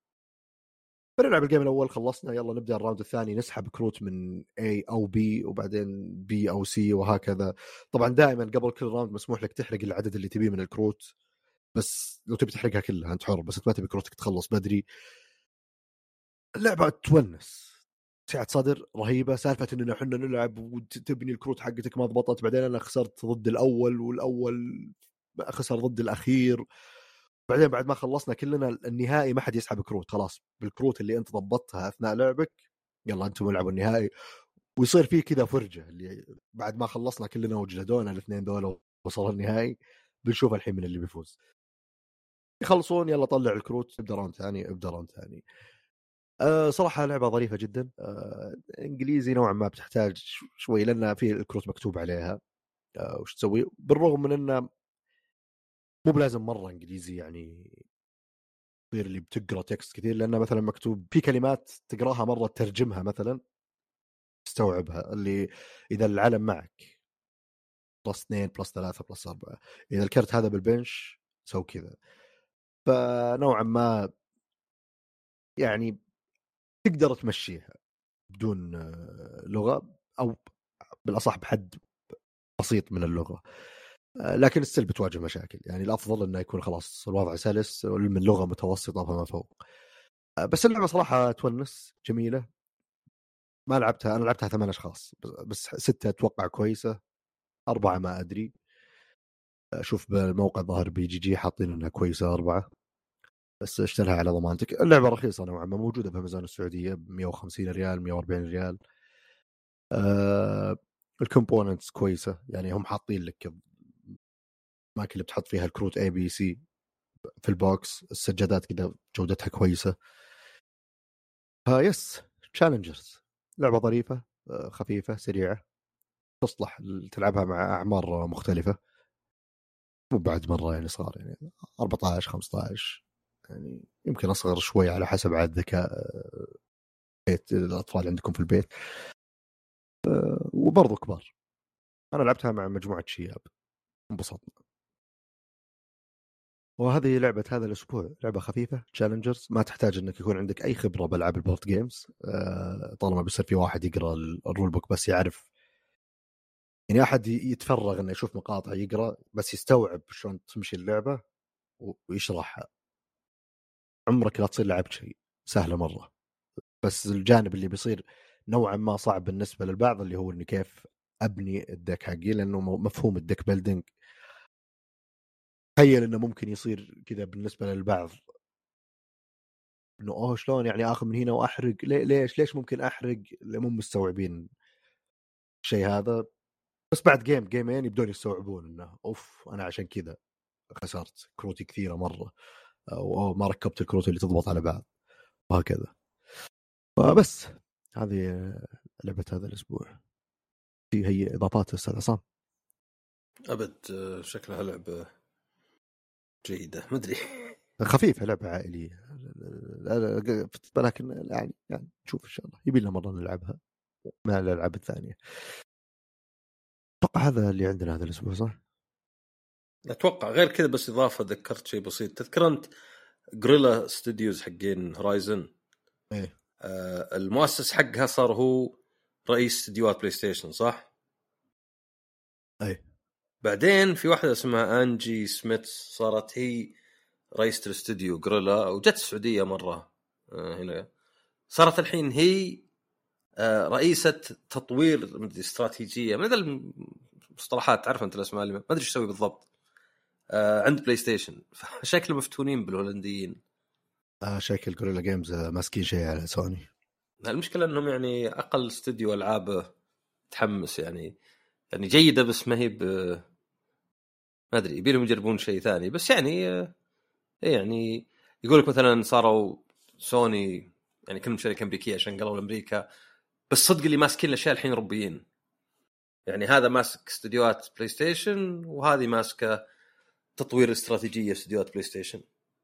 بنلعب الجيم الاول، خلصنا يلا نبدا الراوند الثاني. نسحب كروت من A او B وبعدين B او C وهكذا. طبعا دائما قبل كل راوند مسموح لك تحرق العدد اللي تبيه من الكروت، بس لو تبي تحرقها كلها انت حر، بس انت ما تبي كروتك تخلص بدري. اللعبه تونس، سعة صدر رهيبه. سالفه اننا احنا نلعب وتبني الكروت حقتك ما ضبطت، بعدين انا خسرت ضد الاول والاول خسر ضد الاخير، بعدين بعد ما خلصنا كلنا النهائي ما حد يسحب كروت، خلاص بالكروت اللي انت ضبطتها اثناء لعبك يلا انتم العبوا النهائي. ويصير فيه كذا فرجه اللي بعد ما خلصنا كلنا وجلدونا الاثنين دول وصل النهائي، بنشوف الحين من اللي بيفوز. يخلصون يلا طلع الكروت، ابدا راوند ثاني ابدا راوند ثاني. أه صراحه لعبه ظريفه جدا. أه انجليزي نوعا ما بتحتاج شوي لان في الكروت مكتوب عليها أه وش تسوي، بالرغم من انه مو بلازم مره انجليزي يعني تصير اللي بتقرا تكست كثير، لانه مثلا مكتوب في كلمات تقراها مره ترجمها مثلا تستوعبها، اللي اذا العلم معك بلس اثنين بلس ثلاثة بلس أربعة، اذا الكرت هذا بالبنش سو كذا. فنوعا ما يعني تقدر تمشيها بدون لغه، او بالاصح بحد بسيط من اللغه، لكن السل بتواجه مشاكل. يعني الافضل انه يكون خلاص الوضع سلس من لغه متوسطه فما فوق. بس اللعبه صراحه تونس جميله. ما لعبتها، انا لعبتها ثمان اشخاص بس، سته اتوقع كويسه، اربعه ما ادري. اشوف بالموقع ظاهر بي جي جي حاطين انها كويسه اربعه، بس اشتريها على ضمانتك. اللعبه رخيصه نوعا ما، موجوده بامازون السعوديه ب مية وخمسين ريال مية وأربعين ريال. أه الكومبوننتس كويسه، يعني هم حاطين لك الاماكن اللي بتحط فيها الكروت اي بي سي في البوكس. السجادات كذا جودتها كويسه. ها يس تشالنجرز لعبه ظريفه خفيفه سريعه، تصلح تلعبها مع اعمار مختلفه، مو بعد مره يعني صغار، يعني أربعة عشر خمسة عشر، يعني يمكن اصغر شوي على حسب عاد ذكاء بيت الاطفال عندكم في البيت، وبرضو كبار. انا لعبتها مع مجموعه شياب انبسطنا. وهذه لعبة هذا الأسبوع، لعبة خفيفة تشالنجرز، ما تحتاج أنك يكون عندك أي خبرة بألعاب البورد جيمز. طالما بيصير في واحد يقرأ الرول بوك بس يعرف، يعني أحد يتفرغ أنه يشوف مقاطع يقرأ بس يستوعب شلون تمشي اللعبة ويشرحها. عمرك لا تصير لعبت شيء، سهلة مرة. بس الجانب اللي بيصير نوعا ما صعب بالنسبة للبعض اللي هو إني كيف أبني الدك حقي، لأنه مفهوم الدك بيلدينج تخيل انه ممكن يصير كذا بالنسبه للبعض، انه اوه شلون يعني اخذ من هنا واحرق، ليه ليش ليش ممكن احرق، اللي مو مستوعبين الشيء هذا. بس بعد جيم جيمين يبدون يستوعبون انه اوف انا عشان كذا خسرت كروتي كثيره مره، او ما ركبت الكروت اللي تضبط على بعض وهكذا. فبس هذه لعبه هذا الاسبوع. في هي اضافات استاذ عصام؟ ابد شكلها لعبه جيده، ما ادري خفيفه لعبه عائليه، لكن يعني يعني نشوف ان شاء الله يبي لنا مره نلعبها مع الالعاب الثانيه. اتوقع هذا اللي عندنا هذا الاسبوع صح؟ اتوقع غير كذا بس اضافه ذكرت شيء بسيط. تذكر انت غوريلا ستوديوز حقين هورايزن؟ ايه آه المؤسس حقها صار هو رئيس استديوهات بلاي ستيشن صح؟ ايه بعدين في واحده اسمها انجي سميث صارت هي رئيسة الاستوديو غوريلا، وجت السعوديه مره آه هنا. صارت الحين هي آه رئيسة تطوير مدري استراتيجيه، من ذا المصطلحات تعرف انت الاسماء اللي ما ادري ايش تسوي بالضبط آه عند بلاي ستيشن. شكله مفتونين بالهولنديين. آه شكل غوريلا جيمز ماسكين شيء على سوني. المشكله انهم يعني اقل استوديو العاب تحمس يعني يعني جيدة بس ما هي ب ما أدري يبيلهم يجربون شيء ثاني. بس يعني يعني يقولك مثلا صاروا سوني يعني كلهم شركة أمريكية عشان قالوا لأمريكا، بس صدق اللي ماسكين الأشياء الحين ربيين. يعني هذا ماسك استديوهات بلاي ستيشن وهذه ماسكة تطوير استراتيجية استديوهات بلاي ستيشن.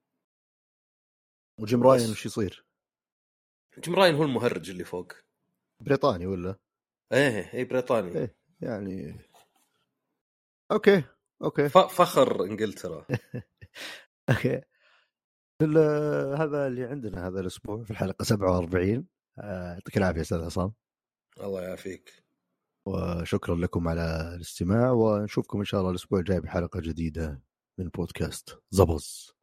وجيم راين وش يصير؟ جيم راين هو المهرج اللي فوق. بريطاني ولا؟ ايه ايه بريطاني. ايه يعني اوكي اوكي فخر انجلترا. اوكي. هذا اللي عندنا هذا الاسبوع في الحلقه سبعة وأربعين. يعطيك العافيه استاذ عصام. الله يعافيك وشكرا لكم على الاستماع، ونشوفكم ان شاء الله الاسبوع الجاي بحلقه جديده من بودكاست زبز.